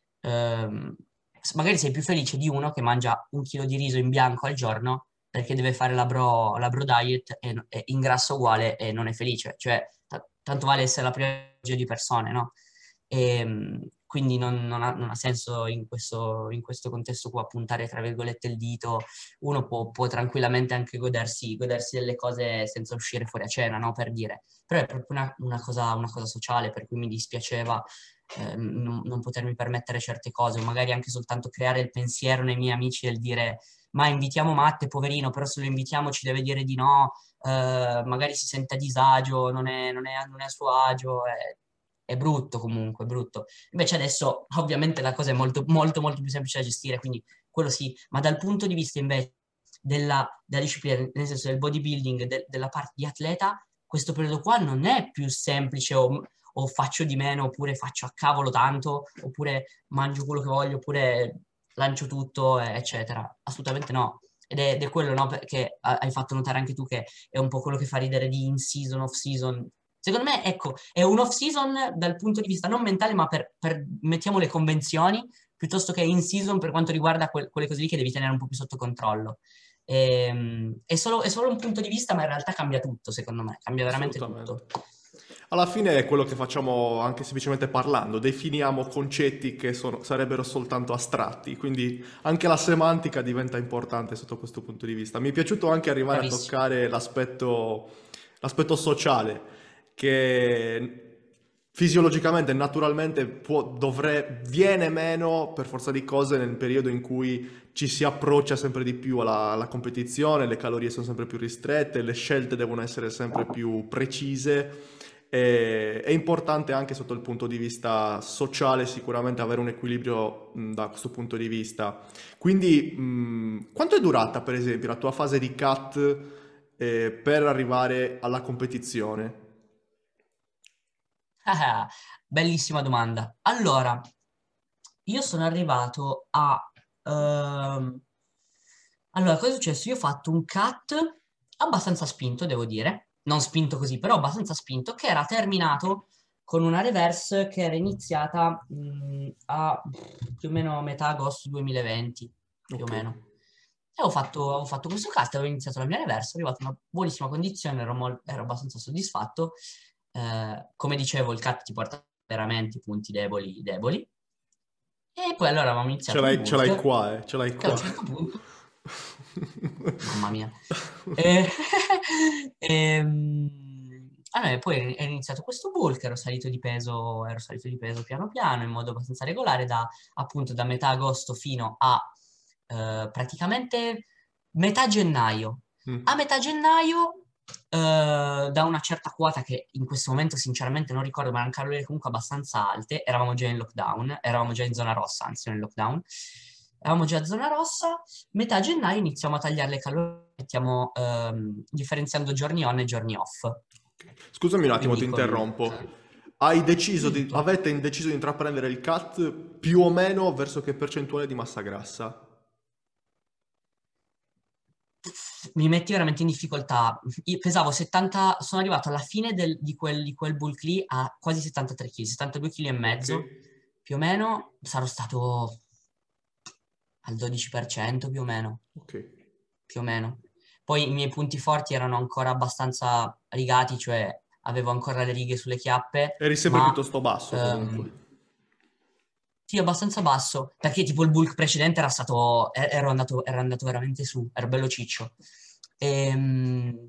ehm, magari sei più felice di uno che mangia un chilo di riso in bianco al giorno perché deve fare la bro, la bro diet e, e ingrassa uguale e non è felice. Cioè, t- tanto vale essere la prima di persone, no? E, mh, quindi non, non ha, non ha senso in questo, in questo contesto qua puntare, tra virgolette, il dito. Uno può, può tranquillamente anche godersi, godersi delle cose senza uscire fuori a cena, no? Per dire. Però è proprio una, una cosa, una cosa sociale, per cui mi dispiaceva eh, non, non potermi permettere certe cose, o magari anche soltanto creare il pensiero nei miei amici del dire ma invitiamo Matte, poverino, però se lo invitiamo ci deve dire di no, eh, magari si sente a disagio, non è, non è, non è a suo agio, è, è brutto comunque, è brutto. Invece adesso ovviamente la cosa è molto, molto, molto più semplice da gestire, quindi quello sì, ma dal punto di vista invece della, della disciplina, nel senso del bodybuilding, de, della parte di atleta, questo periodo qua non è più semplice o, o faccio di meno, oppure faccio a cavolo tanto, oppure mangio quello che voglio, oppure lancio tutto, eccetera. Assolutamente no. Ed è, ed è quello, no, perché hai fatto notare anche tu che è un po' quello che fa ridere di in season, off season. Secondo me, ecco, è un off season dal punto di vista non mentale, ma per, per mettiamo le convenzioni, piuttosto che in season per quanto riguarda que- quelle cose lì che devi tenere un po' più sotto controllo. Ehm, è solo, è solo un punto di vista, ma in realtà cambia tutto, secondo me, cambia veramente Assolutamente. tutto. Alla fine è quello che facciamo anche semplicemente parlando, definiamo concetti che sono- sarebbero soltanto astratti, quindi anche la semantica diventa importante sotto questo punto di vista. Mi è piaciuto anche arrivare a Bravissimo. toccare l'aspetto, l'aspetto sociale, che fisiologicamente, naturalmente può, dovre- viene meno per forza di cose nel periodo in cui ci si approccia sempre di più alla, alla competizione, le calorie sono sempre più ristrette, le scelte devono essere sempre più precise. E- è importante anche sotto il punto di vista sociale sicuramente avere un equilibrio mh, da questo punto di vista. Quindi, mh, quanto è durata per esempio la tua fase di cut eh, per arrivare alla competizione? Ah, bellissima domanda. Allora, io sono arrivato a... ehm, allora, cosa è successo? Io ho fatto un cut abbastanza spinto, devo dire. Non spinto così, però abbastanza spinto, che era terminato con una reverse che era iniziata mh, a più o meno a metà agosto duemilaventi, più o Ok. meno. E ho fatto, avevo fatto questo cast, avevo iniziato la mia reversa, ero arrivato in una buonissima condizione, ero, mol- ero abbastanza soddisfatto. Eh, come dicevo, il cat ti porta veramente i punti deboli, deboli. E poi allora avevamo Ce iniziato il l'hai ce l'hai bulk, qua, eh, ce l'hai che a un qua. certo punto, mamma mia, e, ehm, allora, poi è iniziato questo bulk, ero salito di peso, ero salito di peso piano piano, in modo abbastanza regolare, da appunto da metà agosto fino a eh, praticamente metà gennaio. A Mm. metà gennaio, eh, da una certa quota che in questo momento sinceramente non ricordo, ma erano calorie comunque abbastanza alte, eravamo già in lockdown, eravamo già in zona rossa, anzi non in lockdown, eravamo già in zona rossa, metà gennaio iniziamo a tagliare le calorie, stiamo ehm, differenziando giorni on e giorni off. Scusami un attimo, ti Quindi con... interrompo. Hai deciso Sì, di, tutto. avete deciso di intraprendere il cut più o meno verso che percentuale di massa grassa? Mi metti veramente in difficoltà. Io pesavo settanta, sono arrivato alla fine del- di quel, di quel bulk lì a quasi settantatré chili, settantadue chili e Ok, mezzo, più o meno sarò stato al dodici per cento più o meno, ok. più o meno. Poi i miei punti forti erano ancora abbastanza rigati, cioè avevo ancora le righe sulle chiappe, Eri sempre ma piuttosto basso ehm, comunque. sì, abbastanza basso, perché tipo il bulk precedente era stato, e- ero andato, ero andato veramente su, ero bello ciccio. Ehm,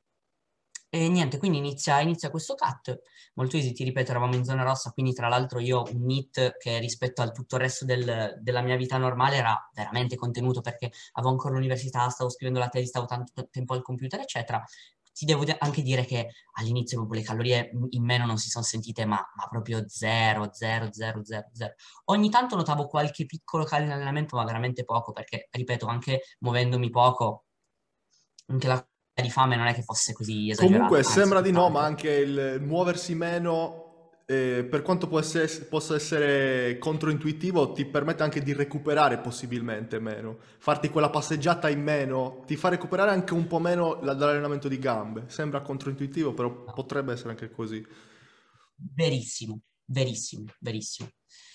E, niente, quindi inizia, inizia questo cut. Molto easy, ti ripeto, eravamo in zona rossa, quindi tra l'altro io ho un N I T che rispetto al tutto il resto del- della mia vita normale era veramente contenuto perché avevo ancora l'università, stavo scrivendo la tesi, stavo tanto tempo al computer, eccetera. Ti devo de- anche dire che all'inizio proprio le calorie in meno non si sono sentite, ma, ma proprio zero, zero, zero, zero, zero. Ogni tanto notavo qualche piccolo calo in allenamento, ma veramente poco, perché, ripeto, anche muovendomi poco, anche la di fame non è che fosse così esagerata, Comunque anzi, sembra di no, ma tutt'altro. anche il muoversi meno, eh, per quanto può essere, possa essere controintuitivo, ti permette anche di recuperare possibilmente meno. Farti quella passeggiata in meno ti fa recuperare anche un po' meno la- dall'allenamento di gambe. Sembra controintuitivo, però No. potrebbe essere anche così. Verissimo, verissimo, verissimo.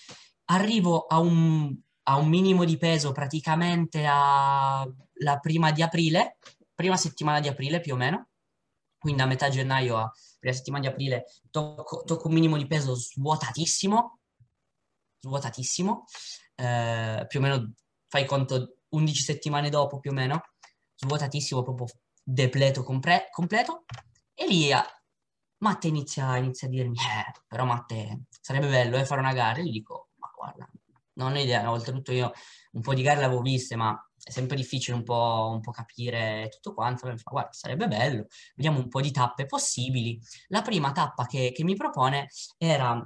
Arrivo a un, a un minimo di peso praticamente alla prima di aprile, prima settimana di aprile più o meno, quindi a metà gennaio a prima settimana di aprile tocco, tocco un minimo di peso svuotatissimo, svuotatissimo, eh, più o meno fai conto undici settimane dopo più o meno, svuotatissimo, proprio depleto compre- completo, e lì a- Matte inizia, inizia a dirmi, eh, però Matte, sarebbe bello eh, fare una gara, e gli dico, ma guarda, non ho idea, no, oltretutto io un po' di gare le avevo viste, ma è sempre difficile un po', un po' capire tutto quanto, e mi fa, guarda, sarebbe bello, vediamo un po' di tappe possibili. La prima tappa che, che mi propone era,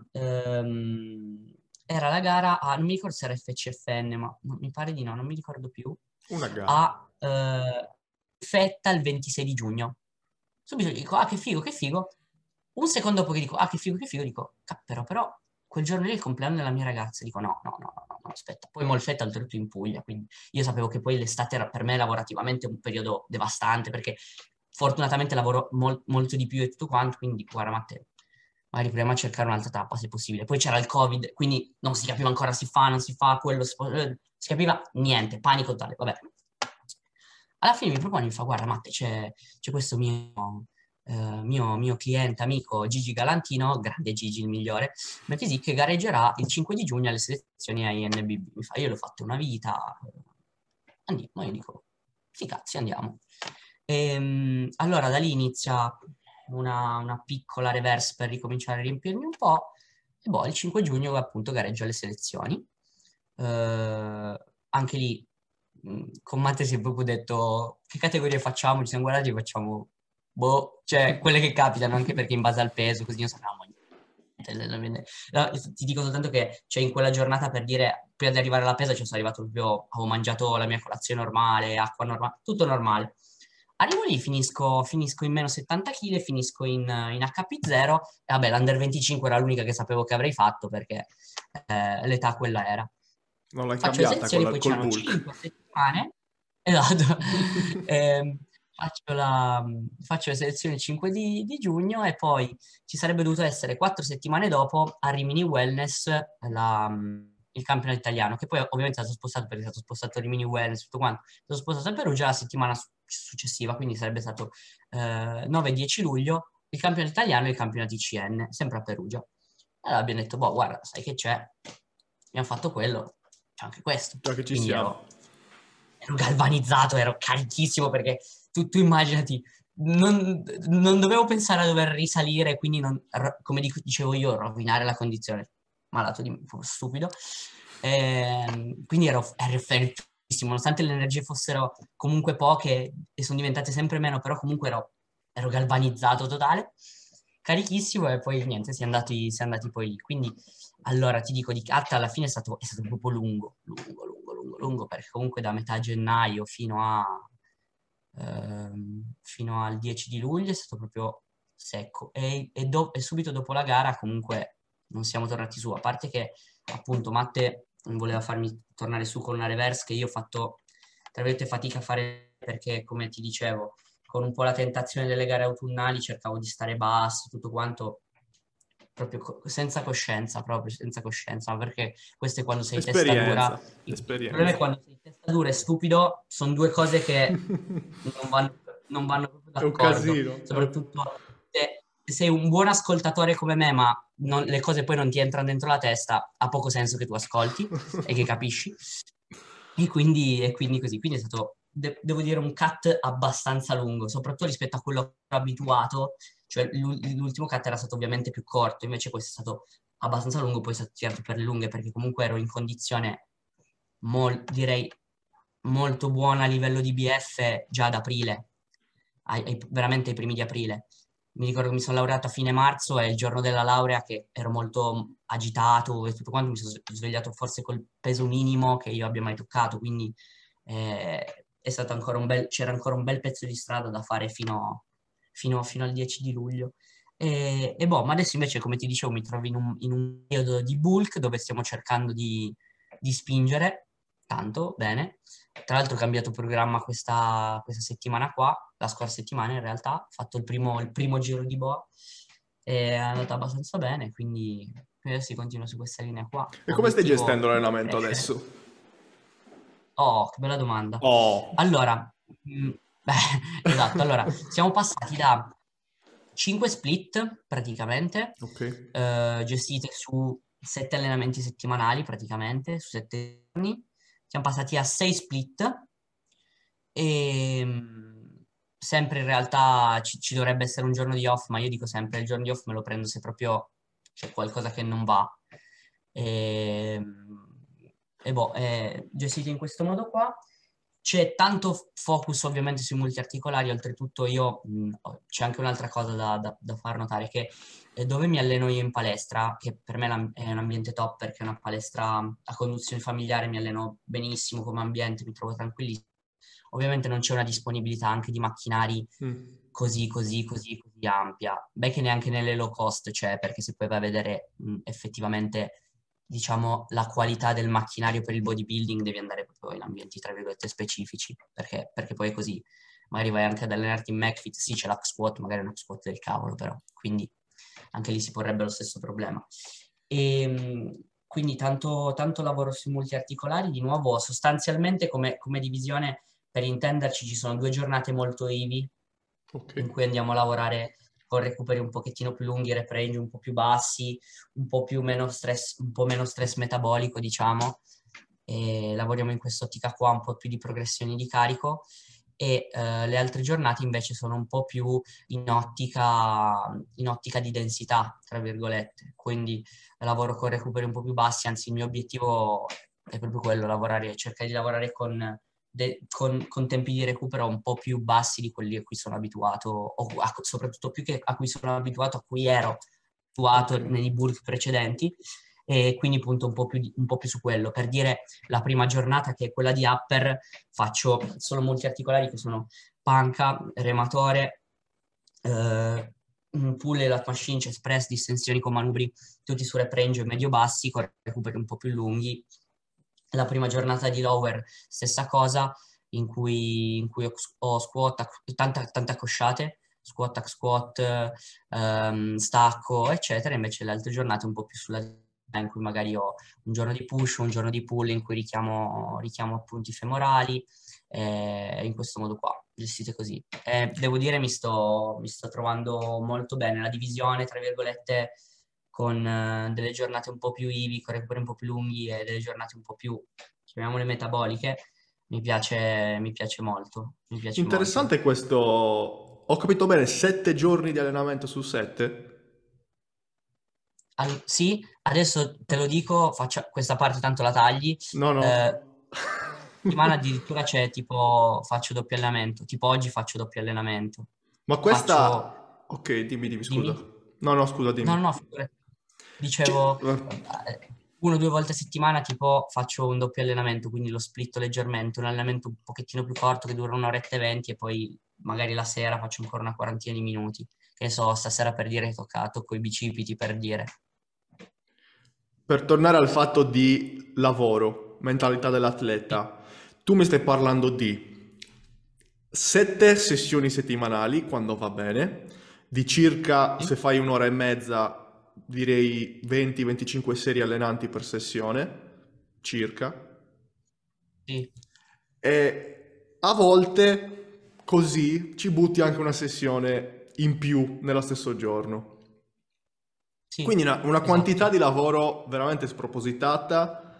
ehm, era la gara a, non mi ricordo se era F C F N, ma no, mi pare di no, non mi ricordo più, Una gara. a eh, Fetta il ventisei di giugno. Subito dico, ah che figo, che figo. Un secondo dopo che dico, ah che figo, che figo, dico, cappero, però quel giorno lì è il compleanno della mia ragazza. Dico, no, no, no, no, no, no, aspetta. Poi Molfetta oltretutto in Puglia, quindi io sapevo che poi l'estate era per me lavorativamente un periodo devastante, perché fortunatamente lavoro mol- molto di più e tutto quanto, quindi dico, guarda Matteo, magari proviamo a cercare un'altra tappa se possibile. Poi c'era il Covid, quindi non si capiva ancora si fa, non si fa, quello, si, può- eh, si capiva niente, panico totale, vabbè. Alla fine mi propone, mi fa, guarda Matte, c'è c'è questo mio, eh, mio, mio cliente, amico Gigi Galantino, grande Gigi il migliore, Metisi, che gareggerà il cinque di giugno alle selezioni a I N B B. Mi fa, io l'ho fatto una vita, andiamo, io dico, sì cazzi, andiamo. Ehm, allora da lì inizia una, una piccola reverse per ricominciare a riempirmi un po', e poi il cinque giugno appunto gareggio alle selezioni. Eh, anche lì mh, con Matte si è proprio detto che categorie facciamo, ci siamo guardati e facciamo boh, cioè quelle che capitano, anche perché in base al peso così non sapevamo niente. No, ti dico soltanto che cioè, in quella giornata, per dire, prima di arrivare alla pesa ci sono arrivato proprio, avevo mangiato la mia colazione normale, acqua normale, tutto normale. Arrivo lì, finisco, finisco in meno settanta chili, finisco in, in H P zero, e vabbè, l'Under venticinque era l'unica che sapevo che avrei fatto perché eh, l'età quella era. Non l'hai Faccio le cambiata selezioni, col, poi col c'erano bulk. cinque settimane, esatto, Ehm, faccio, la, faccio le selezioni il cinque di, di giugno, e poi ci sarebbe dovuto essere quattro settimane dopo a Rimini Wellness la, il campionato italiano, che poi ovviamente è stato spostato perché è stato spostato Rimini Wellness, tutto quanto, è stato spostato a Perugia la settimana su- successiva, quindi sarebbe stato eh, nove dieci luglio, il campionato italiano e il campionato I C N, sempre a Perugia. Allora abbiamo detto, boh, guarda, sai che c'è? Abbiamo fatto quello, c'è anche questo. Già che ci Quindi siamo. ero, ero galvanizzato, ero carichissimo perché tu, tu immaginati, non, non dovevo pensare a dover risalire, quindi non, ro- come dico- dicevo io, rovinare la condizione. Malato di stupido. Ehm, quindi ero, ero felicissimo, nonostante le energie fossero comunque poche e sono diventate sempre meno, però comunque ero, ero galvanizzato totale, carichissimo e poi niente, si è andati, si è andati poi lì. Quindi allora ti dico, di cut alla fine è stato, è stato proprio lungo, lungo, lungo, lungo, lungo, perché comunque da metà gennaio fino a, ehm, fino al dieci di luglio è stato proprio secco e, e do- e subito dopo la gara comunque non siamo tornati su, a parte che appunto Matte voleva farmi tornare su con una reverse che io ho fatto, tra virgolette, fatica a fare perché, come ti dicevo, con un po' la tentazione delle gare autunnali cercavo di stare basso, tutto quanto, proprio co- senza coscienza, proprio senza coscienza, perché questo è quando sei testa dura. Esperienza, Il problema è esperienza. quando sei testa dura e stupido, sono due cose che non vanno, non vanno proprio È un d'accordo, casino. è un- soprattutto se se sei un buon ascoltatore come me, ma non- le cose poi non ti entrano dentro la testa, ha poco senso che tu ascolti e che capisci. E quindi, e quindi così. Quindi è stato, de- devo dire, un cut abbastanza lungo, soprattutto rispetto a quello che ero abituato. Cioè, l'u- l'ultimo cut era stato ovviamente più corto, invece questo è stato abbastanza lungo, poi è stato tirato per le lunghe, perché comunque ero in condizione, mol- direi, molto buona a livello di B F già ad aprile, ai- ai- veramente ai primi di aprile. Mi ricordo che mi sono laureato a fine marzo e il giorno della laurea che ero molto agitato e tutto quanto, mi sono svegliato forse col peso minimo che io abbia mai toccato, quindi eh, è stato ancora un bel, c'era ancora un bel pezzo di strada da fare fino, fino- fino al dieci di luglio. E, e boh, ma adesso invece, come ti dicevo, mi trovo in un, in un periodo di bulk dove stiamo cercando di, di spingere tanto bene. Tra l'altro ho cambiato programma questa, questa settimana qua, la scorsa settimana in realtà, ho fatto il primo, il primo giro di boa e è andato abbastanza bene, quindi adesso si continua su questa linea qua. E come stai gestendo Obiettivo l'allenamento crescere. adesso? Oh, che bella domanda. Oh, Allora, mh, beh, esatto, allora, siamo passati da cinque split praticamente, ok. eh, gestite su sette allenamenti settimanali praticamente, su sette giorni. Siamo passati a sei split e mh, sempre in realtà ci, ci dovrebbe essere un giorno di off, ma io dico sempre il giorno di off me lo prendo se proprio c'è qualcosa che non va. E, e boh, è gestito in questo modo qua. C'è tanto focus ovviamente sui multiarticolari, oltretutto io, mh, c'è anche un'altra cosa da, da- da far notare, che eh, dove mi alleno io in palestra, che per me l'am- è un ambiente top perché è una palestra a conduzione familiare, mi alleno benissimo come ambiente, mi trovo tranquillissimo. Ovviamente non c'è una disponibilità anche di macchinari Mm. così, così, così, così ampia. Beh, che neanche nelle low cost c'è, perché se poi vai a vedere mh, effettivamente, diciamo, la qualità del macchinario per il bodybuilding, devi andare proprio in ambienti, tra virgolette, specifici, perché, perché poi è così. Magari vai anche ad allenarti in McFit, sì, c'è l'hack squat, magari è un hack squat del cavolo, però. Quindi anche lì si porrebbe lo stesso problema. E, mh, quindi tanto, tanto lavoro sui multiarticolari, di nuovo, sostanzialmente come, come divisione, per intenderci, ci sono due giornate molto heavy, Ok. in cui andiamo a lavorare con recuperi un pochettino più lunghi, rep range un po' più bassi, un po' più meno stress, un po' meno stress metabolico, diciamo. E lavoriamo in quest'ottica qua, un po' più di progressioni di carico e eh, le altre giornate invece sono un po' più in ottica, in ottica di densità, tra virgolette. Quindi lavoro con recuperi un po' più bassi, anzi il mio obiettivo è proprio quello, lavorare, cercare di lavorare con de- con, con tempi di recupero un po' più bassi di quelli a cui sono abituato, o a- soprattutto più che a cui sono abituato, a cui ero abituato Ok. nei bulk precedenti, e quindi punto un po' più, di- un po' più su quello. Per dire, la prima giornata, che è quella di upper, faccio solo multiarticolari che sono panca, rematore, eh, un pull e lat machine, chest press, distensioni con manubri tutti su rep range medio-bassi, con recuperi un po' più lunghi. La prima giornata di lower, stessa cosa, in cui, in cui ho, ho squat, tante, tante accosciate, squat, hack squat, ehm, stacco, eccetera. Invece le altre giornate un po' più sulla in cui magari ho un giorno di push, un giorno di pull in cui richiamo, richiamo appunti femorali, eh, in questo modo qua, gestite così. Eh, devo dire mi sto, mi sto trovando molto bene la divisione, tra virgolette, con eh, delle giornate un po' più heavy, con recuperi un po' più lunghi e delle giornate un po' più, chiamiamole metaboliche, mi piace, mi piace molto, mi piace molto. Interessante questo. Ho capito bene, sette giorni di allenamento su sette? Al- sì, adesso te lo dico, faccio questa parte tanto la tagli. No, no. Eh, settimana addirittura c'è tipo faccio doppio allenamento, tipo oggi faccio doppio allenamento. Ma Faccio, questa. Ok, dimmi, dimmi, scusa. dimmi? No, no, scusa, No, dimmi. no, no, figurati. Cioè, Dicevo, eh, uno o due volte a settimana tipo faccio un doppio allenamento, quindi lo splitto leggermente, un allenamento un pochettino più corto che dura un'oretta e venti e poi magari la sera faccio ancora una quarantina di minuti. Che ne so, stasera per dire che tocca, tocco i bicipiti per dire. per tornare al fatto di lavoro, mentalità Sì, dell'atleta, tu mi stai parlando di sette sessioni settimanali, quando va bene, di circa, sì, se fai un'ora e mezza, direi venti venticinque serie allenanti per sessione, circa. sì, E a volte così ci butti anche una sessione in più nello stesso giorno. sì, Quindi una, una quantità esatto. di lavoro veramente spropositata,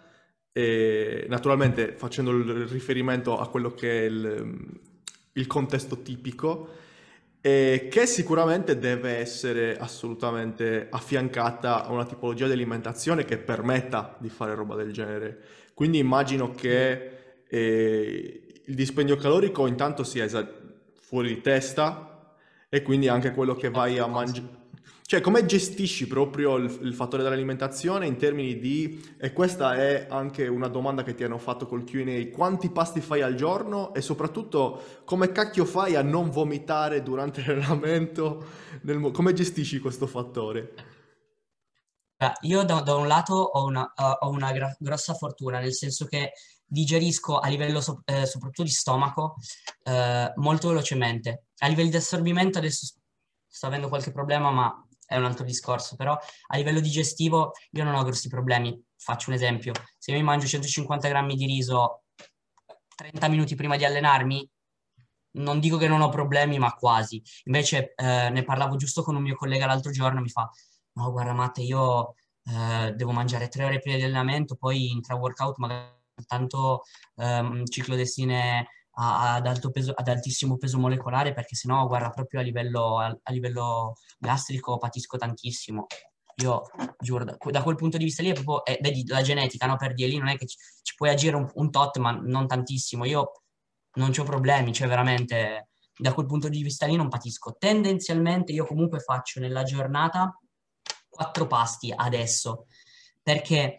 e naturalmente facendo il riferimento a quello che è il, il contesto tipico, e che sicuramente deve essere assolutamente affiancata a una tipologia di alimentazione che permetta di fare roba del genere. Quindi immagino Sì, che eh, il dispendio calorico intanto sia esa- fuori di testa e quindi anche quello che vai a abbastanza. mangiare. Cioè, come gestisci proprio il, il fattore dell'alimentazione in termini di, e questa è anche una domanda che ti hanno fatto col Q and A, quanti pasti fai al giorno e soprattutto come cacchio fai a non vomitare durante l'allenamento? Nel mo- come gestisci questo fattore? Beh, io da, da un lato ho una, ho ho una gra- grossa fortuna, nel senso che digerisco a livello so- eh, soprattutto di stomaco eh, molto velocemente. A livello di assorbimento adesso s- sto avendo qualche problema, ma è un altro discorso, però a livello digestivo io non ho grossi problemi. Faccio un esempio, se io mi mangio centocinquanta grammi di riso trenta minuti prima di allenarmi, non dico che non ho problemi, ma quasi. Invece eh, ne parlavo giusto con un mio collega l'altro giorno, mi fa, no, guarda Matte, io eh, devo mangiare tre ore prima di allenamento, poi intra-workout magari tanto ehm, ciclodestine a- ad alto peso, ad altissimo peso molecolare, perché sennò, guarda, proprio a livello, a, a livello gastrico patisco tantissimo. Io giuro, da, da quel punto di vista lì è proprio, eh, vedi, la genetica, no? Per dire lì non è che ci, ci puoi agire un, un tot, ma non tantissimo. Io non c'ho problemi, cioè veramente da quel punto di vista lì non patisco. Tendenzialmente io comunque faccio nella giornata quattro pasti adesso, perché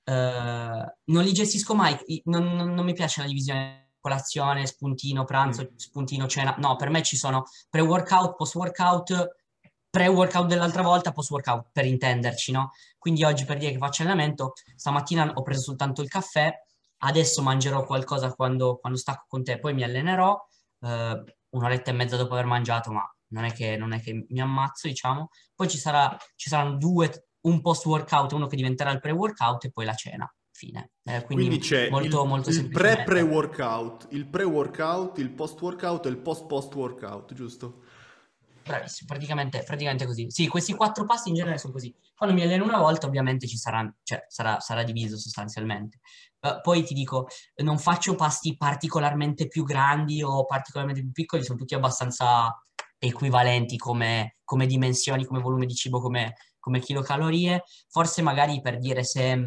eh, non li gestisco mai, i- non, non- non mi piace la divisione colazione, spuntino, pranzo, Mm. spuntino, cena. No, per me ci sono pre-workout, post-workout, pre-workout dell'altra volta, post-workout, per intenderci, no? Quindi oggi per dire che faccio allenamento, stamattina ho preso soltanto il caffè, adesso mangerò qualcosa quando, quando stacco con te, poi mi allenerò, eh, un'oretta e mezza dopo aver mangiato, ma non è che, non è che mi ammazzo, diciamo. Poi ci sarà, ci saranno due, un post-workout, uno che diventerà il pre-workout e poi la cena. Fine. Eh, Quindi quindi c'è molto, il, molto il semplicemente. pre-pre-workout, il pre-workout, il post-workout e il post-post-workout, giusto? Bravissimo, praticamente, praticamente così. Sì, questi quattro passi in genere sono così. Quando mi alleno una volta, ovviamente ci sarà, cioè, sarà, sarà diviso sostanzialmente. Eh, poi ti dico, non faccio pasti particolarmente più grandi o particolarmente più piccoli, sono tutti abbastanza equivalenti come, come dimensioni, come volume di cibo, come, come chilocalorie. Forse magari per dire se,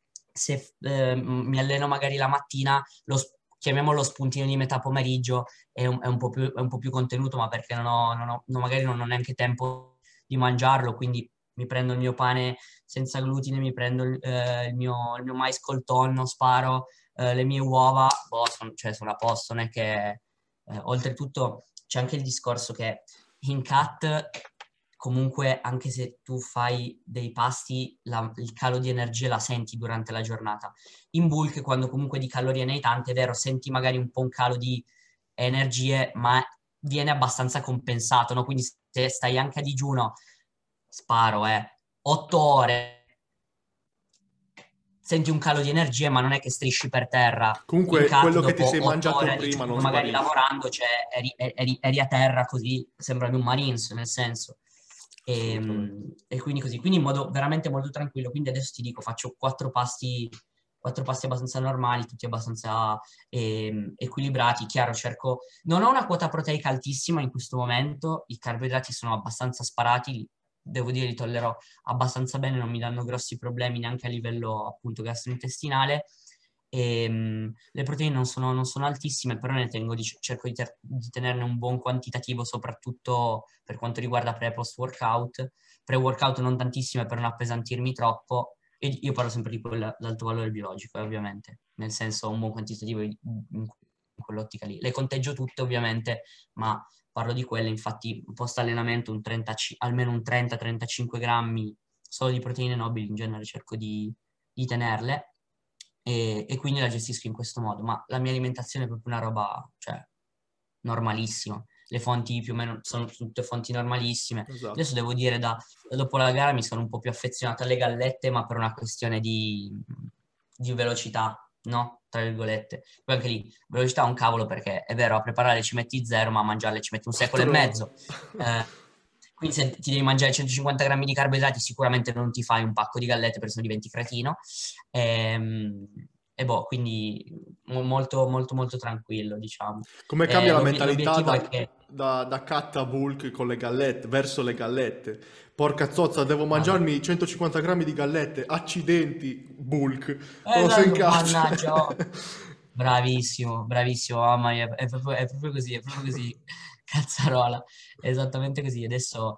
se eh, mi alleno magari la mattina, lo, s- chiamiamolo spuntino di metà pomeriggio, è un, è un po' più, è un po' più contenuto, ma perché non ho, non ho- non- magari non ho neanche tempo di mangiarlo, quindi mi prendo il mio pane senza glutine, mi prendo il, eh, il mio, il mio mais col tonno, sparo eh, le mie uova, boh, son- cioè sono a posto, non è che... eh, oltretutto c'è anche il discorso che in cut, comunque, anche se tu fai dei pasti, la- il calo di energia la senti durante la giornata. In bulk, quando comunque di calorie ne hai tante, è vero, senti magari un po' un calo di energie, ma viene abbastanza compensato, no? Quindi se stai anche a digiuno, sparo, eh, otto ore, senti un calo di energie, ma non è che strisci per terra in Comunque, cut quello che ti dopo sei otto mangiato ore di prima non giorno magari sparisce. lavorando, cioè eri, eri- eri a terra così, sembravi un Marines, nel senso. E, Assolutamente. e quindi così, quindi in modo veramente molto tranquillo. Quindi adesso ti dico, faccio quattro pasti, quattro pasti abbastanza normali, tutti abbastanza ehm, equilibrati. Chiaro, cerco, non ho una quota proteica altissima in questo momento, i carboidrati sono abbastanza sparati, devo dire li tollero abbastanza bene, non mi danno grossi problemi neanche a livello appunto gastrointestinale. E, mh, le proteine non sono, non sono altissime, però ne tengo, di- cerco di, ter- di tenerne un buon quantitativo, soprattutto per quanto riguarda pre e post workout. Pre workout non tantissime per non appesantirmi troppo. E io parlo sempre di quell'alto valore biologico, eh, ovviamente, nel senso un buon quantitativo in, in quell'ottica lì. Le conteggio tutte, ovviamente, ma parlo di quelle, infatti, post allenamento un trenta, almeno un trenta trentacinque grammi solo di proteine nobili, in genere cerco di, di tenerle e, e quindi la gestisco in questo modo, ma la mia alimentazione è proprio una roba, cioè, normalissima. Le fonti più o meno sono tutte fonti normalissime. Adesso Esatto. devo dire, da, da dopo la gara mi sono un po' più affezionato alle gallette, ma per una questione di, di velocità, no? Tra virgolette. Poi anche lì, velocità è un cavolo perché è vero, a preparare ci metti zero, ma a mangiarle ci metti un secolo e Quattro ore. mezzo. Eh, quindi se ti devi mangiare centocinquanta grammi di carboidrati, sicuramente non ti fai un pacco di gallette perché sennò diventi cretino. Ehm, E, boh, quindi mo- molto, molto, molto tranquillo, diciamo. Come cambia Eh, la l'ob- mentalità l'obiettivo è da, che... da, da cut a bulk con le gallette, verso le gallette? Porca zozza, devo Vabbè. mangiarmi centocinquanta grammi di gallette, accidenti, bulk, Eh, cosa esatto, incazzo? mannaggia, oh. Bravissimo, bravissimo, mamma mia, è proprio, è proprio così, è proprio così, cazzarola, è esattamente così. Adesso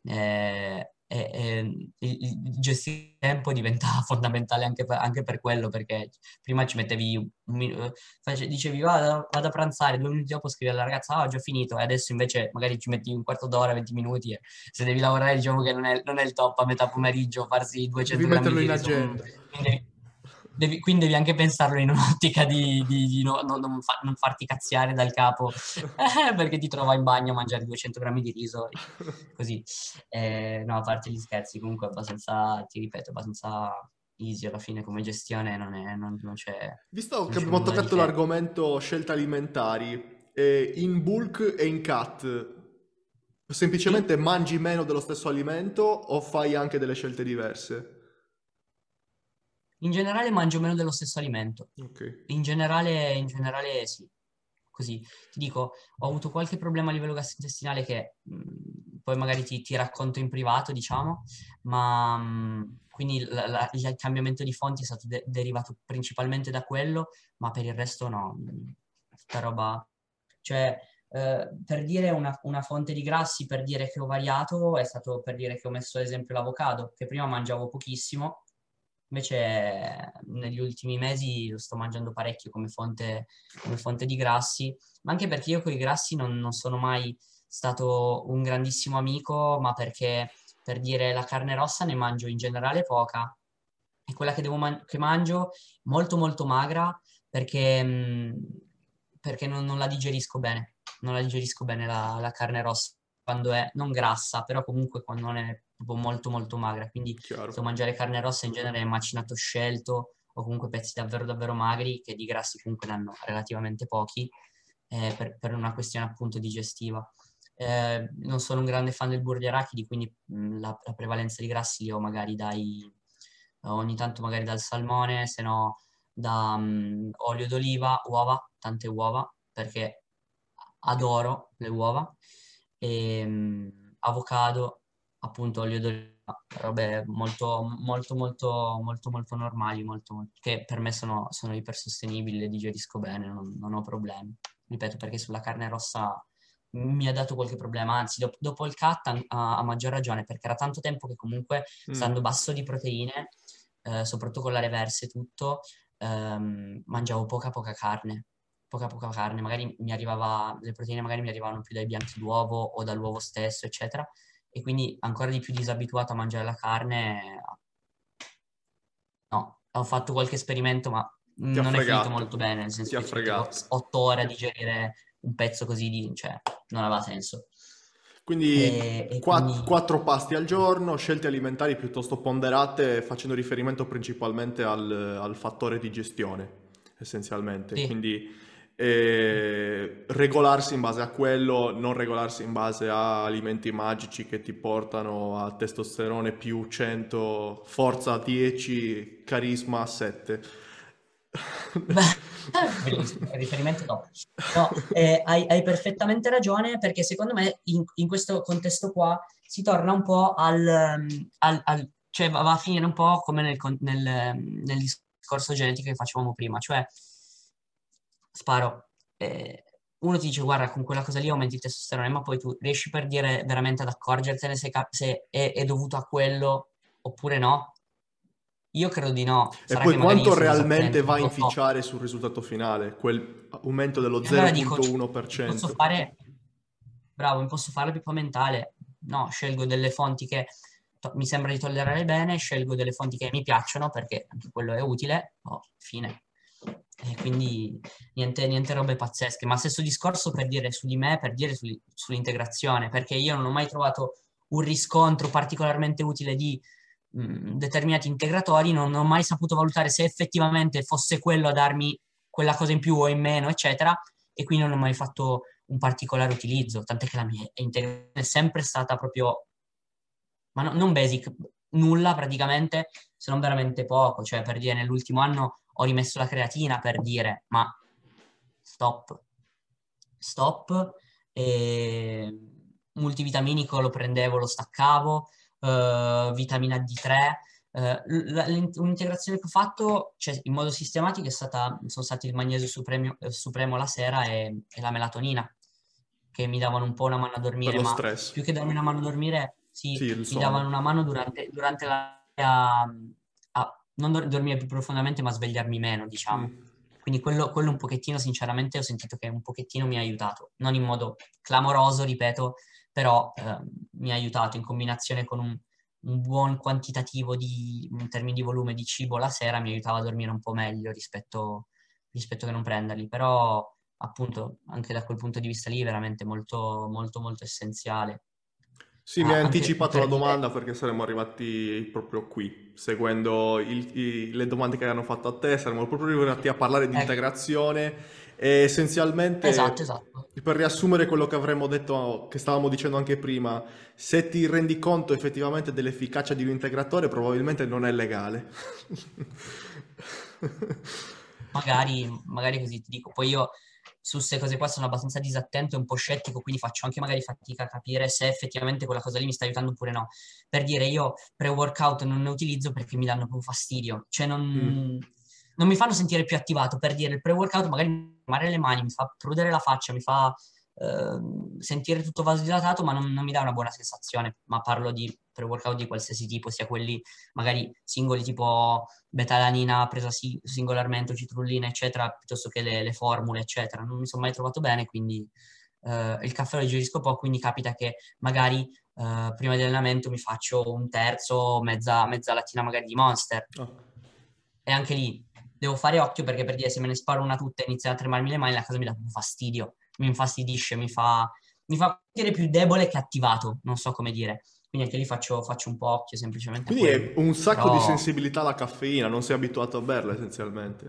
eh, è- è- il, il gestire il tempo diventa fondamentale anche per, anche per quello, perché prima ci mettevi, un mi- eh, face- dicevi vado, vado a pranzare, due minuti dopo scrivi alla ragazza, ah, ho già finito, e adesso invece magari ci metti un quarto d'ora, venti minuti, e se devi lavorare diciamo che non è, non è il top a metà pomeriggio, farsi Devi duecento grammi metterlo di in riso. mm, agenda. quindi Devi, quindi devi anche pensarlo in un'ottica di, di- di no- no- non, fa- non farti cazziare dal capo eh, perché ti trova in bagno a mangiare duecento grammi di riso, così. Eh, no, a parte gli scherzi, comunque è abbastanza, ti ripeto, abbastanza easy alla fine come gestione, non, è- non- non c'è, Visto non che c'è abbiamo nulla di toccato che. l'argomento scelte alimentari, eh, in bulk e in cut, Sì? semplicemente mangi meno dello stesso alimento o fai anche delle scelte diverse? In generale mangio meno dello stesso alimento. Ok. In generale, in generale sì. Così ti dico, ho avuto qualche problema a livello gastrointestinale che mh, poi magari ti, ti racconto in privato, diciamo, ma mh, quindi la- la- il cambiamento di fonti è stato de- derivato principalmente da quello, ma per il resto no, mh, tutta roba. Cioè, eh, per dire una, una fonte di grassi, per dire che ho variato, è stato per dire che ho messo ad esempio l'avocado, che prima mangiavo pochissimo. Invece negli ultimi mesi lo sto mangiando parecchio come fonte, come fonte di grassi, ma anche perché io con i grassi non, non sono mai stato un grandissimo amico, ma perché per dire la carne rossa ne mangio in generale poca e quella che, devo man- che mangio molto molto magra perché, mh, perché non, non la digerisco bene, non la digerisco bene la, la carne rossa quando è non grassa, però comunque quando non è proprio molto molto magra, quindi Chiaro. se devo mangiare carne rossa in genere è macinato scelto o comunque pezzi davvero davvero magri che di grassi comunque ne hanno relativamente pochi eh, per, per una questione appunto digestiva. Eh, non sono un grande fan del burro di arachidi, quindi mh, la, la prevalenza di grassi li ho magari dai, ogni tanto magari dal salmone, se no da mh, olio d'oliva, uova, tante uova, perché adoro le uova, e mh, avocado, appunto olio d'oliva, robe molto, molto, molto, molto, molto normali, molto, molto- che per me sono, sono ipersostenibili, le digerisco bene, non, non ho problemi. Ripeto, perché sulla carne rossa mi ha dato qualche problema, anzi, dop- dopo il cut a, a- a maggior ragione, perché era tanto tempo che comunque, Mm. stando basso di proteine, eh, soprattutto con la reverse e tutto, ehm, mangiavo poca poca carne, poca poca carne, magari mi arrivava, le proteine magari mi arrivavano più dai bianchi d'uovo o dall'uovo stesso, eccetera, e quindi ancora di più disabituato a mangiare la carne, no, ho fatto qualche esperimento, ma Ti ha non è finito molto fregato. bene, nel senso Ti ha che ci mettevo fregato. otto ore a digerire un pezzo così di, cioè, non aveva senso. Quindi E, e quatt- quindi quattro pasti al giorno, scelte alimentari piuttosto ponderate, facendo riferimento principalmente al, al fattore di gestione, essenzialmente. sì. Quindi eh, regolarsi in base a quello, non regolarsi in base a alimenti magici che ti portano a testosterone più cento, forza dieci, carisma sette. Beh, bellissimo, il riferimento top. No, eh, hai, hai perfettamente ragione perché secondo me in, in questo contesto qua si torna un po' al, um, al- al- cioè va va a finire un po' come nel, con- nel, um, nel discorso genetico che facevamo prima, cioè sparo, eh, uno ti dice guarda con quella cosa lì aumenti il testosterone, ma poi tu riesci per dire veramente ad accorgertene se, cap- se è, è dovuto a quello oppure no? Io credo di no, E sarà poi che magari io quanto sono realmente disattento, va non a lo so. inficiare sul risultato finale, quel aumento dello E allora dico, cioè, posso zero virgola uno per cento? fare, bravo, mi posso fare la pipa mentale? No, scelgo delle fonti che to- mi sembra di tollerare bene, scelgo delle fonti che mi piacciono perché anche quello è utile, oh, fine. E quindi niente, niente robe pazzesche. Ma stesso discorso per dire su di me, per dire su- sull'integrazione, perché io non ho mai trovato un riscontro particolarmente utile di mh, determinati integratori, non ho mai saputo valutare se effettivamente fosse quello a darmi quella cosa in più o in meno, eccetera, e quindi non ho mai fatto un particolare utilizzo, tant'è che la mia integrazione è sempre stata proprio, ma no- non basic, nulla praticamente, se non veramente poco, cioè per dire nell'ultimo anno ho rimesso la creatina per dire, ma stop, stop, e multivitaminico lo prendevo, lo staccavo, eh, vitamina D tre, eh, l- l'int- un'integrazione che ho fatto, cioè, in modo sistematico è stata, sono stati il magnesio supremo, eh, supremo la sera e, e la melatonina, che mi davano un po' una mano a Per dormire, lo ma stress. più che darmi una mano a dormire, sì, Sì, il mi davano sonno. una mano durante, durante la... a, a non dor- dormire più profondamente, ma svegliarmi meno, diciamo. Mm. Quindi quello, quello un pochettino, sinceramente, ho sentito che un pochettino mi ha aiutato. Non in modo clamoroso, ripeto, però eh, mi ha aiutato in combinazione con un, un buon quantitativo di, in termini di volume di cibo la sera, mi aiutava a dormire un po' meglio rispetto, rispetto che non prenderli. Però, appunto, anche da quel punto di vista lì, veramente molto, molto, molto essenziale. Sì, mi Ah, hai anche anticipato la per domanda dire, perché saremmo arrivati proprio qui, seguendo il- i- le domande che hanno fatto a te, saremmo proprio arrivati a parlare di ecco, integrazione e esatto, essenzialmente, esatto. per riassumere quello che avremmo detto, che stavamo dicendo anche prima, se ti rendi conto effettivamente dell'efficacia di un integratore, probabilmente non è legale. Magari, magari così ti dico. Poi io su queste cose qua sono abbastanza disattento e un po' scettico, quindi faccio anche magari fatica a capire se effettivamente quella cosa lì mi sta aiutando oppure no. Per dire, io pre-workout non ne utilizzo perché mi danno proprio fastidio. Cioè Mm. non, non mi fanno sentire più attivato. Per dire, il pre-workout magari mi fa male le mani, mi fa prudere la faccia, mi fa ehm, sentire tutto vasodilatato, ma non, non mi dà una buona sensazione. Ma parlo di pre-workout di qualsiasi tipo, sia quelli magari singoli tipo betalanina presa si- singolarmente o citrullina, eccetera, piuttosto che le, le formule, eccetera. Non mi sono mai trovato bene, quindi eh, il caffè lo digerisco poco, quindi capita che magari eh, prima dell'allenamento mi faccio un terzo, mezza, mezza lattina magari di Monster. Ah. E anche lì devo fare occhio perché per dire se me ne sparo una tutta e iniziano a tremarmi le mani, la cosa mi dà un fastidio, mi infastidisce, mi fa, mi fa sentire più debole che attivato, non so come dire. Quindi anche lì faccio, faccio un po' occhio semplicemente a Quindi è quello. un sacco di Però sensibilità alla caffeina, non sei abituato a berla essenzialmente.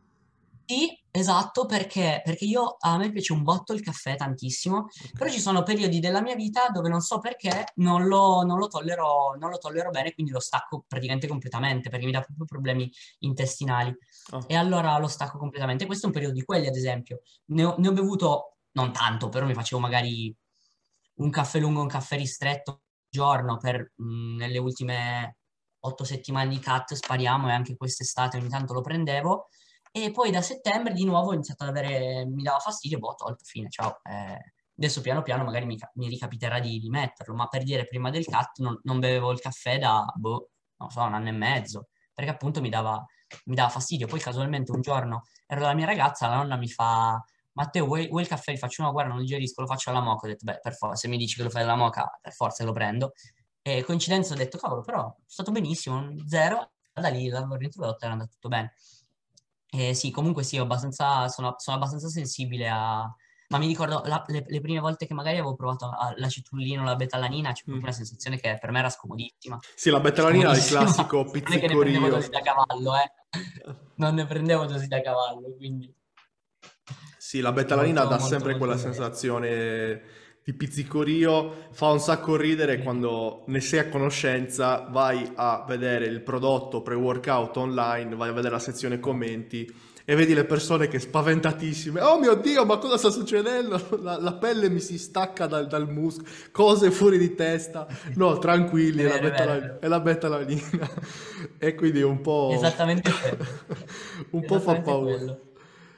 sì, esatto, perché, perché io a me piace un botto il caffè tantissimo, Ok. però ci sono periodi della mia vita dove non so perché non lo, non lo tollero, non lo tollero bene, quindi lo stacco praticamente completamente, perché mi dà proprio problemi intestinali. Ah. E allora lo stacco completamente. Questo è un periodo di quelli, ad esempio. Ne ho, ne ho bevuto non tanto, però mi facevo magari un caffè lungo, un caffè ristretto al giorno per mh, nelle ultime otto settimane di cut, spariamo, e anche quest'estate ogni tanto lo prendevo. E poi da settembre di nuovo ho iniziato ad avere, mi dava fastidio, boh, ho tolto, fine, ciao. Eh, adesso piano piano magari mi, ca- mi ricapiterà di, di metterlo, ma per dire prima del cut non, non bevevo il caffè da, boh, non so, un anno e mezzo, perché appunto mi dava, mi dava fastidio. Poi casualmente un giorno ero da mia ragazza, la nonna mi fa, Matteo, vuoi, vuoi il caffè? Gli faccio, no, guarda, non digerisco, lo faccio alla moka. Ho detto, beh, per forza, se mi dici che lo fai alla moka, per forza lo prendo. E coincidenza ho detto, cavolo, però è stato benissimo, zero, da lì l'avevo reintrodotto e era andato tutto bene. Eh, sì, comunque sì, ho abbastanza, sono, sono abbastanza sensibile a, Ma mi ricordo la- le, le prime volte che magari avevo provato a- la citrullina o la betalanina, c'è proprio una Mm. sensazione che per me era scomodissima. Sì, la bettalanina è il Scomodissima. classico Non è che ne prendevo dosi pizzicorio. da cavallo, eh. Non ne prendevo dosi da cavallo, quindi Sì, la betalanina molto, dà molto, sempre quella molto bello. sensazione di pizzicorio, fa un sacco ridere Sì. quando ne sei a conoscenza, vai a vedere il prodotto pre-workout online, vai a vedere la sezione commenti e vedi le persone che spaventatissime, oh mio Dio, ma cosa sta succedendo? La, la pelle mi si stacca dal, dal muschio, cose fuori di testa. No, tranquilli, È è la vero, è vero, è betalanina, vero. è la betalanina. E quindi un po'... Esattamente quello. un po' fa Esattamente paura. quello.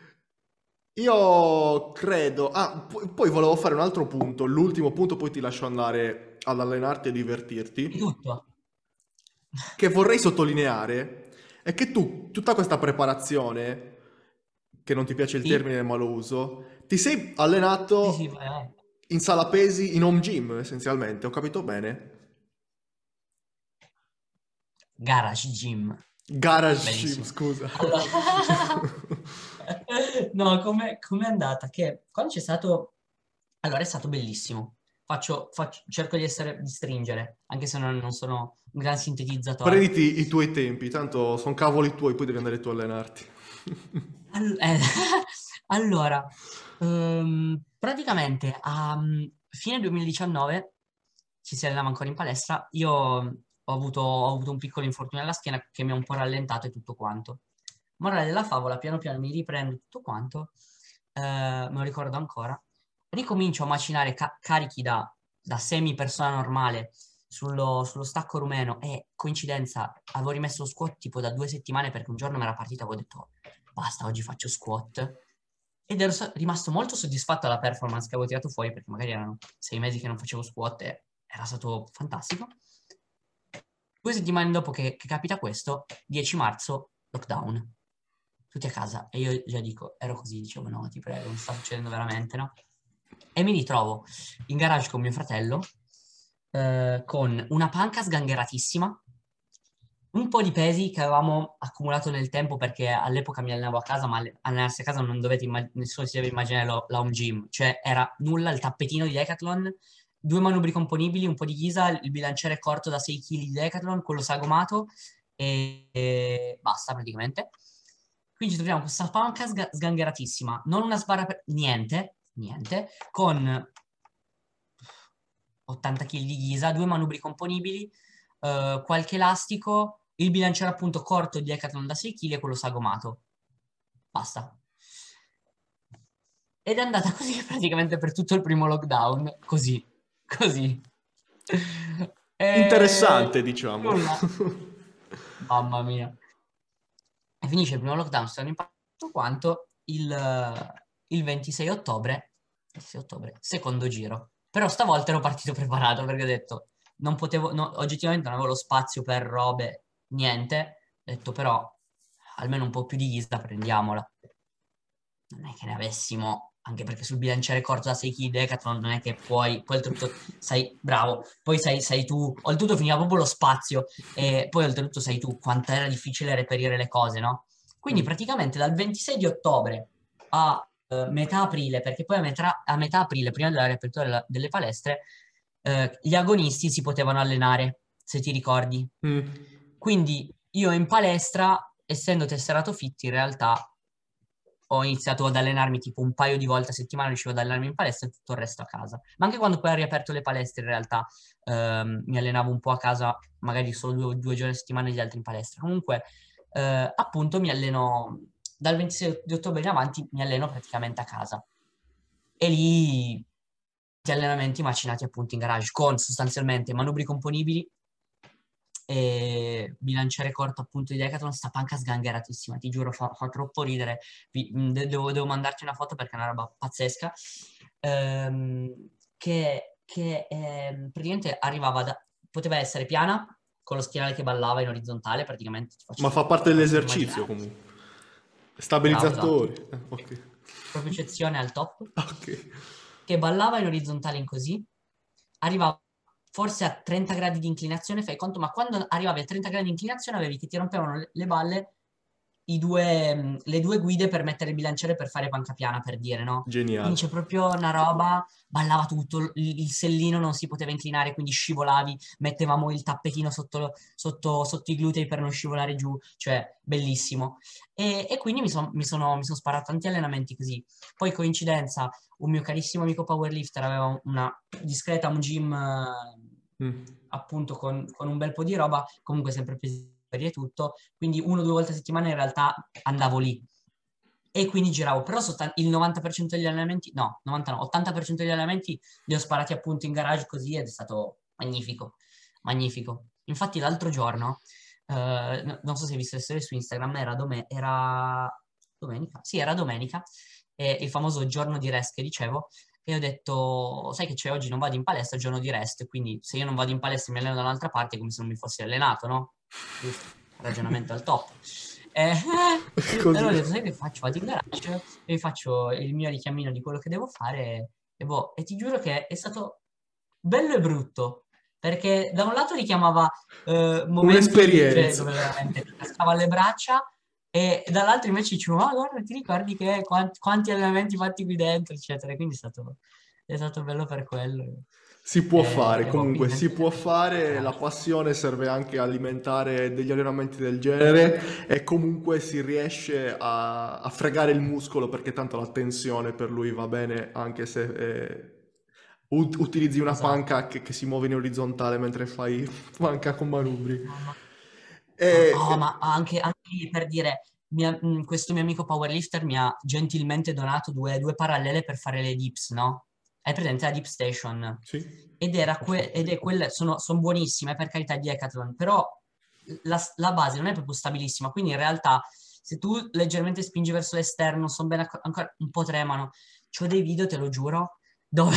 Io credo... Ah, pu- poi volevo fare un altro punto, l'ultimo punto, poi ti lascio andare ad allenarti e Di divertirti, tutto. che vorrei sottolineare è che tu, tutta questa preparazione, che non ti piace il Sì? termine ma lo uso, ti sei Sì, sì, allenato vai, vai. in sala pesi, in home gym essenzialmente, ho capito bene? Garage Gym. Garage gym, Bellissimo. scusa. Allora, no, come è andata? Che quando c'è stato... Allora, è stato bellissimo. Faccio, faccio- cerco di essere, di stringere, anche se non, non sono un gran sintetizzatore. Prenditi i tuoi tempi, tanto sono cavoli tuoi, poi devi andare tu a allenarti. All- eh, allora, ehm, praticamente a mm, fine duemiladiciannove ci si allenava ancora in palestra. Io ho avuto, ho avuto un piccolo infortunio alla schiena che mi ha un po' rallentato e tutto quanto. Morale della favola, piano piano mi riprendo tutto quanto, eh, me lo ricordo ancora. Ricomincio a macinare ca- carichi da, da semi persona normale sullo, sullo stacco rumeno e coincidenza avevo rimesso lo squat tipo da due settimane perché un giorno mi era partita e avevo detto basta, oggi faccio squat. Ed ero so- rimasto molto soddisfatto dalla performance che avevo tirato fuori perché magari erano sei mesi che non facevo squat e era stato fantastico. Due settimane dopo che, che capita questo, dieci marzo, lockdown, tutti a casa. E io già dico, ero così, dicevo no, ti prego, non sta succedendo veramente, no? E mi ritrovo in garage con mio fratello, eh, con una panca sgangheratissima, un po' di pesi che avevamo accumulato nel tempo perché all'epoca mi allenavo a casa, ma alle- allenarsi a casa non dovete immag- nessuno si deve immaginare lo- la home gym, cioè era nulla, il tappetino di Decathlon, due manubri componibili, un po' di ghisa, il bilanciere corto da sei chili di Decathlon, quello sagomato e, e basta praticamente. Quindi ci troviamo con questa panca sga- sgangheratissima, non una sbarra per niente, niente, con ottanta chili di ghisa, due manubri componibili, eh, qualche elastico, il bilanciere appunto corto di Decathlon da sei chili e quello sagomato. Basta. Ed è andata così praticamente per tutto il primo lockdown. Così. Così. E... Interessante, diciamo. nulla. Mamma mia. E finisce il primo lockdown, sono imparato tutto quanto il, eh, il ventisei ottobre, ventisei ottobre, secondo giro. Però stavolta ero partito preparato perché ho detto, non potevo, no, oggettivamente non avevo lo spazio per robe, niente. Ho detto però, almeno un po' più di ghisa prendiamola. Non è che ne avessimo, anche perché sul bilanciere corto da sei chili Decathlon non è che puoi, poi oltretutto sei bravo, poi sei, sei tu, oltretutto finiva proprio lo spazio e poi oltretutto sai tu quanto era difficile reperire le cose, no? Quindi Mm. praticamente dal ventisei di ottobre a eh, metà aprile, perché poi a metà, a metà aprile, prima della riapertura della- delle palestre, eh, gli agonisti si potevano allenare, se ti ricordi. Mm. Quindi io in palestra, essendo tesserato fit, in realtà ho iniziato ad allenarmi tipo un paio di volte a settimana, riuscivo ad allenarmi in palestra e tutto il resto a casa. Ma anche quando poi ha riaperto le palestre, in realtà ehm, mi allenavo un po' a casa, magari solo due, due giorni a settimana e gli altri in palestra. Comunque, eh, appunto, mi alleno dal ventisei di ottobre in avanti, mi alleno praticamente a casa. E lì gli allenamenti macinati appunto in garage con sostanzialmente manubri componibili e bilanciere corto appunto di Decathlon, sta panca sgangheratissima, ti giuro, fa, fa troppo ridere. Vi- mh, de- devo, devo mandarti una foto perché è una roba pazzesca. Ehm, che che ehm, praticamente arrivava da, poteva essere piana con lo schienale che ballava in orizzontale, praticamente ti Ma faccio, fa parte ti faccio dell'esercizio immaginare. comunque. Bravo, esatto. Stabilizzatori. Eh, ok. Propriocezione al top. Ok. Che ballava in orizzontale in così, arrivava forse a trenta gradi di inclinazione, fai conto, ma quando arrivavi a trenta gradi di inclinazione avevi che ti rompevano le, le balle i due, mh, le due guide per mettere il bilanciere per fare panca piana, per dire, no? Quindi Geniale. c'è proprio una roba, ballava tutto, il, il sellino non si poteva inclinare, quindi scivolavi, mettevamo il tappetino sotto, sotto, sotto i glutei per non scivolare giù, cioè bellissimo. E, e quindi mi, son- mi sono, mi sono sparato tanti allenamenti così. Poi coincidenza, un mio carissimo amico powerlifter aveva una discreta, un gym eh, Mm. appunto con, con un bel po' di roba, comunque sempre pesi e tutto, quindi uno o due volte a settimana in realtà andavo lì e quindi giravo, però sottan- il novanta per cento degli allenamenti, no, novanta no, ottanta per cento degli allenamenti li ho sparati appunto in garage così ed è stato magnifico, magnifico. Infatti l'altro giorno, eh, no- non so se hai visto le storie su Instagram, era, dome- era domenica? Sì, era domenica, e il famoso giorno di rest che dicevo, e ho detto, sai che c'è, oggi non vado in palestra, è giorno di rest, quindi se io non vado in palestra e mi alleno da un'altra parte è come se non mi fossi allenato, no? Giusto? Ragionamento al top. Eh, e allora ho Così. detto, sai che faccio? Vado in garage e mi faccio il mio richiamino di quello che devo fare e, boh, e ti giuro che è stato bello e brutto, perché da un lato richiamava eh, momenti, cioè, Un'esperienza. dove veramente ti cascava le braccia e dall'altro invece dicevo, ma guarda, ti ricordi che quanti, quanti allenamenti fatti qui dentro, eccetera. Quindi è stato, è stato bello per quello. Si può E, fare, e boh, comunque quindi si anche può fare, la garage. passione serve anche a alimentare degli allenamenti del genere e comunque si riesce a, a fregare il muscolo perché tanto la tensione per lui va bene anche se eh, ut- utilizzi una Esatto. panca che, che si muove in orizzontale mentre fai panca con manubri. Mamma. Ma, E, oh, ma anche, anche per dire, mia- mh, questo mio amico powerlifter mi ha gentilmente donato due, due parallele per fare le dips, no? Hai presente la Deep Station? sì, Ed era que- ed è quelle, sono, sono buonissime per carità di Decathlon, però la, la base non è proprio stabilissima, quindi in realtà se tu leggermente spingi verso l'esterno, sono ben acc- ancora un po' tremano. C'ho dei video, te lo giuro, dove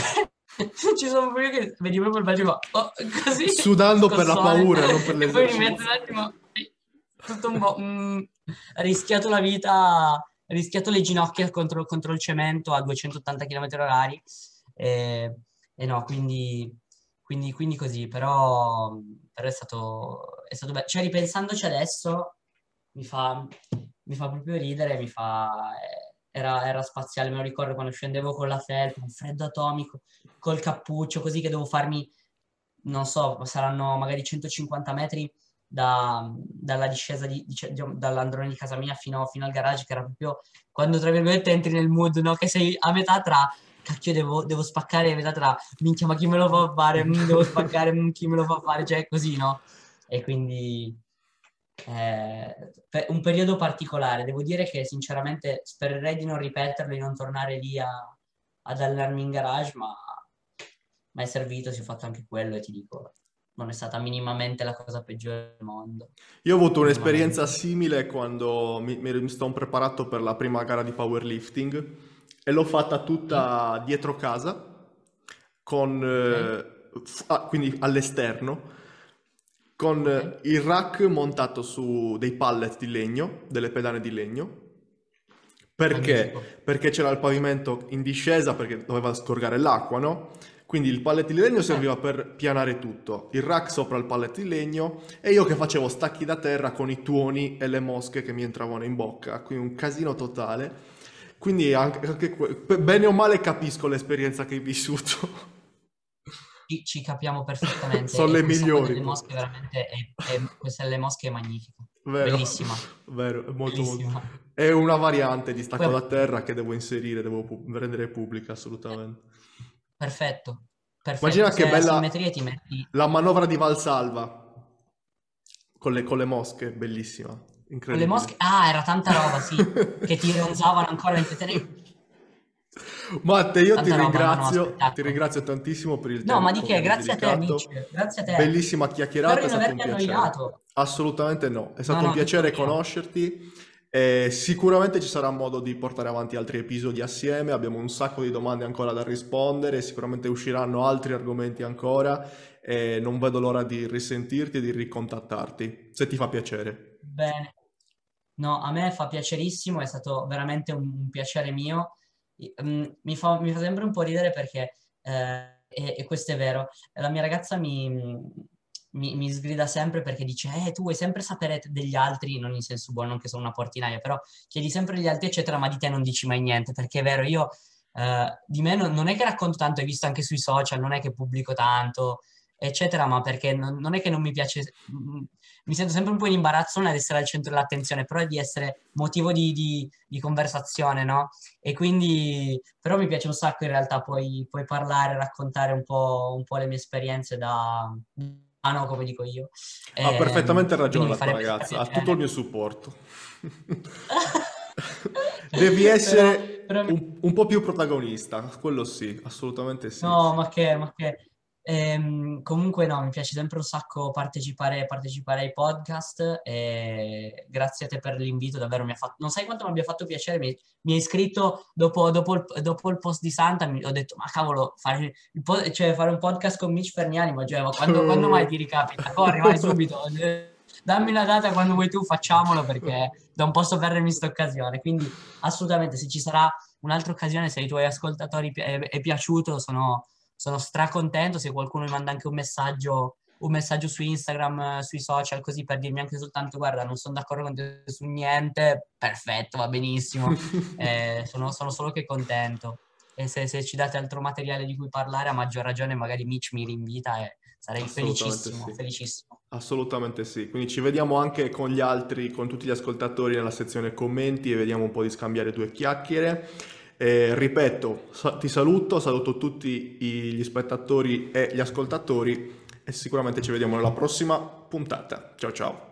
ci sono quelli che vedi proprio il braccio, fa, oh, così, sudando per la scossone, paura, non per e poi mi metto un l'esercizio. attimo, eh, tutto un po', mm, rischiato la vita, rischiato le ginocchia contro, contro il cemento a duecentottanta chilometri orari, e, e no, quindi, quindi, quindi così, però, però è stato, è stato bello. Cioè, ripensandoci adesso, mi fa, mi fa proprio ridere, mi fa... eh, Era, era spaziale, me lo ricordo quando scendevo con la felpa, un freddo atomico, col cappuccio, così che devo farmi, non so, saranno magari centocinquanta metri da- dalla discesa di, di- di- dall'androne di casa mia fino, fino al garage, che era proprio quando, tra virgolette, entri nel mood, no? Che sei a metà tra, cacchio, devo, devo spaccare, a metà tra, minchia, ma chi me lo fa fare? Mm, devo spaccare, mm, chi me lo fa fare? Cioè, così, no? E quindi eh, pe- un periodo particolare. Devo dire che sinceramente spererei di non ripeterlo, di non tornare lì a- ad allenarmi in garage, ma, ma è servito, si è fatto anche quello e ti dico, non è stata minimamente la cosa peggiore del mondo. Io ho avuto un'esperienza Minimamente. simile quando mi, mi mi sono preparato per la prima gara di powerlifting e l'ho fatta Sì? tutta dietro casa, con, Ok? eh, f- ah, quindi all'esterno, con Ok? eh, il rack montato su dei pallet di legno, delle pedane di legno. Magnifico. Perché? Perché c'era il pavimento in discesa perché doveva scorgere l'acqua, no? Quindi il pallet di legno serviva Certo. per pianare tutto, il rack sopra il pallet di legno e io che facevo stacchi da terra con i tuoni e le mosche che mi entravano in bocca, quindi un casino totale. Quindi anche, anche que- bene o male capisco l'esperienza che hai vissuto. Ci, ci capiamo perfettamente Sono e le questa qua migliori delle poi. mosche veramente è, è- questa delle mosche è magnifica. Vero, Bellissima. vero, è molto molto. Bellissima. È una variante di Poi stacco da appunto, terra che devo inserire, devo pu- rendere pubblica eh, assolutamente. perfetto. Perfetto. Immagina che Se a bella simmetria ti metti la manovra di Valsalva con le, con le mosche, bellissima, con le mosche. incredibile. Ah, era tanta roba, sì, che ti ronzavano ancora mentre te ne... Matte, io ti Tanta roba, no, no, ringrazio, ti spettacolo. ringrazio tantissimo per il No, ma di tempo che che? mi hai Grazie a te, Mitch. dedicato. Grazie a te. Bellissima Spero chiacchierata, è di non stato un averti piacere. annoiato. Assolutamente no, è No, stato un no, tutto piacere mio. conoscerti e sicuramente ci sarà modo di portare avanti altri episodi assieme. Abbiamo un sacco di domande ancora da rispondere, sicuramente usciranno altri argomenti ancora e non vedo l'ora di risentirti e di ricontattarti, se ti fa piacere. Bene. No, a me fa piacerissimo, è stato veramente un, un piacere mio. I- mm, Mi fa, mi fa sempre un po' ridere perché, eh, e, e questo è vero, la mia ragazza mi, mi, mi sgrida sempre perché dice, eh, tu vuoi sempre sapere degli altri, non in senso buono, non che sono una portinaia, però chiedi sempre degli altri, eccetera, ma di te non dici mai niente, perché è vero, io eh, di me non, non è che racconto tanto, hai visto anche sui social, non è che pubblico tanto, eccetera, ma perché non, non è che non mi piace, mm, mi sento sempre un po' in imbarazzo non ad essere al centro dell'attenzione, però di essere motivo di, di- di conversazione, no? E quindi, però mi piace un sacco in realtà poi, poi parlare, raccontare un po', un po' le mie esperienze da... Ah no, come dico io. Ha Ehm, perfettamente ragione quindi mi la tua farebbe ragazza, ha tutto il piacere. mio supporto. Devi Però, essere però mi- un, un po' più protagonista, quello sì, assolutamente sì. no, ma che, ma che... Ehm, comunque no, mi piace sempre un sacco partecipare, partecipare ai podcast e grazie a te per l'invito, davvero mi ha fatto... Non sai quanto mi abbia fatto piacere, mi, mi hai iscritto dopo, dopo il, dopo il post di Santa, mi, ho detto, ma cavolo, fare, il po- cioè, fare un podcast con Mitch Ferniani, ma, cioè, ma quando, quando mai ti ricapita? Corri, vai subito, eh, dammi la data quando vuoi tu, facciamolo perché non posso perdermi questa occasione, quindi assolutamente se ci sarà un'altra occasione, se ai tuoi ascoltatori pi- è, è piaciuto, sono, sono stracontento. Se qualcuno mi manda anche un messaggio, un messaggio su Instagram, eh, sui social, così per dirmi anche soltanto, guarda, non sono d'accordo con te su niente, perfetto, va benissimo. Eh, sono, sono solo che contento. E se, se ci date altro materiale di cui parlare, a maggior ragione, magari Mitch mi rinvita e sarei Assolutamente felicissimo, sì. felicissimo. Assolutamente sì. Quindi ci vediamo anche con gli altri, con tutti gli ascoltatori nella sezione commenti e vediamo un po' di scambiare due chiacchiere. Eh, ripeto, sa- ti saluto, saluto tutti i- gli spettatori e gli ascoltatori e sicuramente ci vediamo nella prossima puntata. Ciao ciao.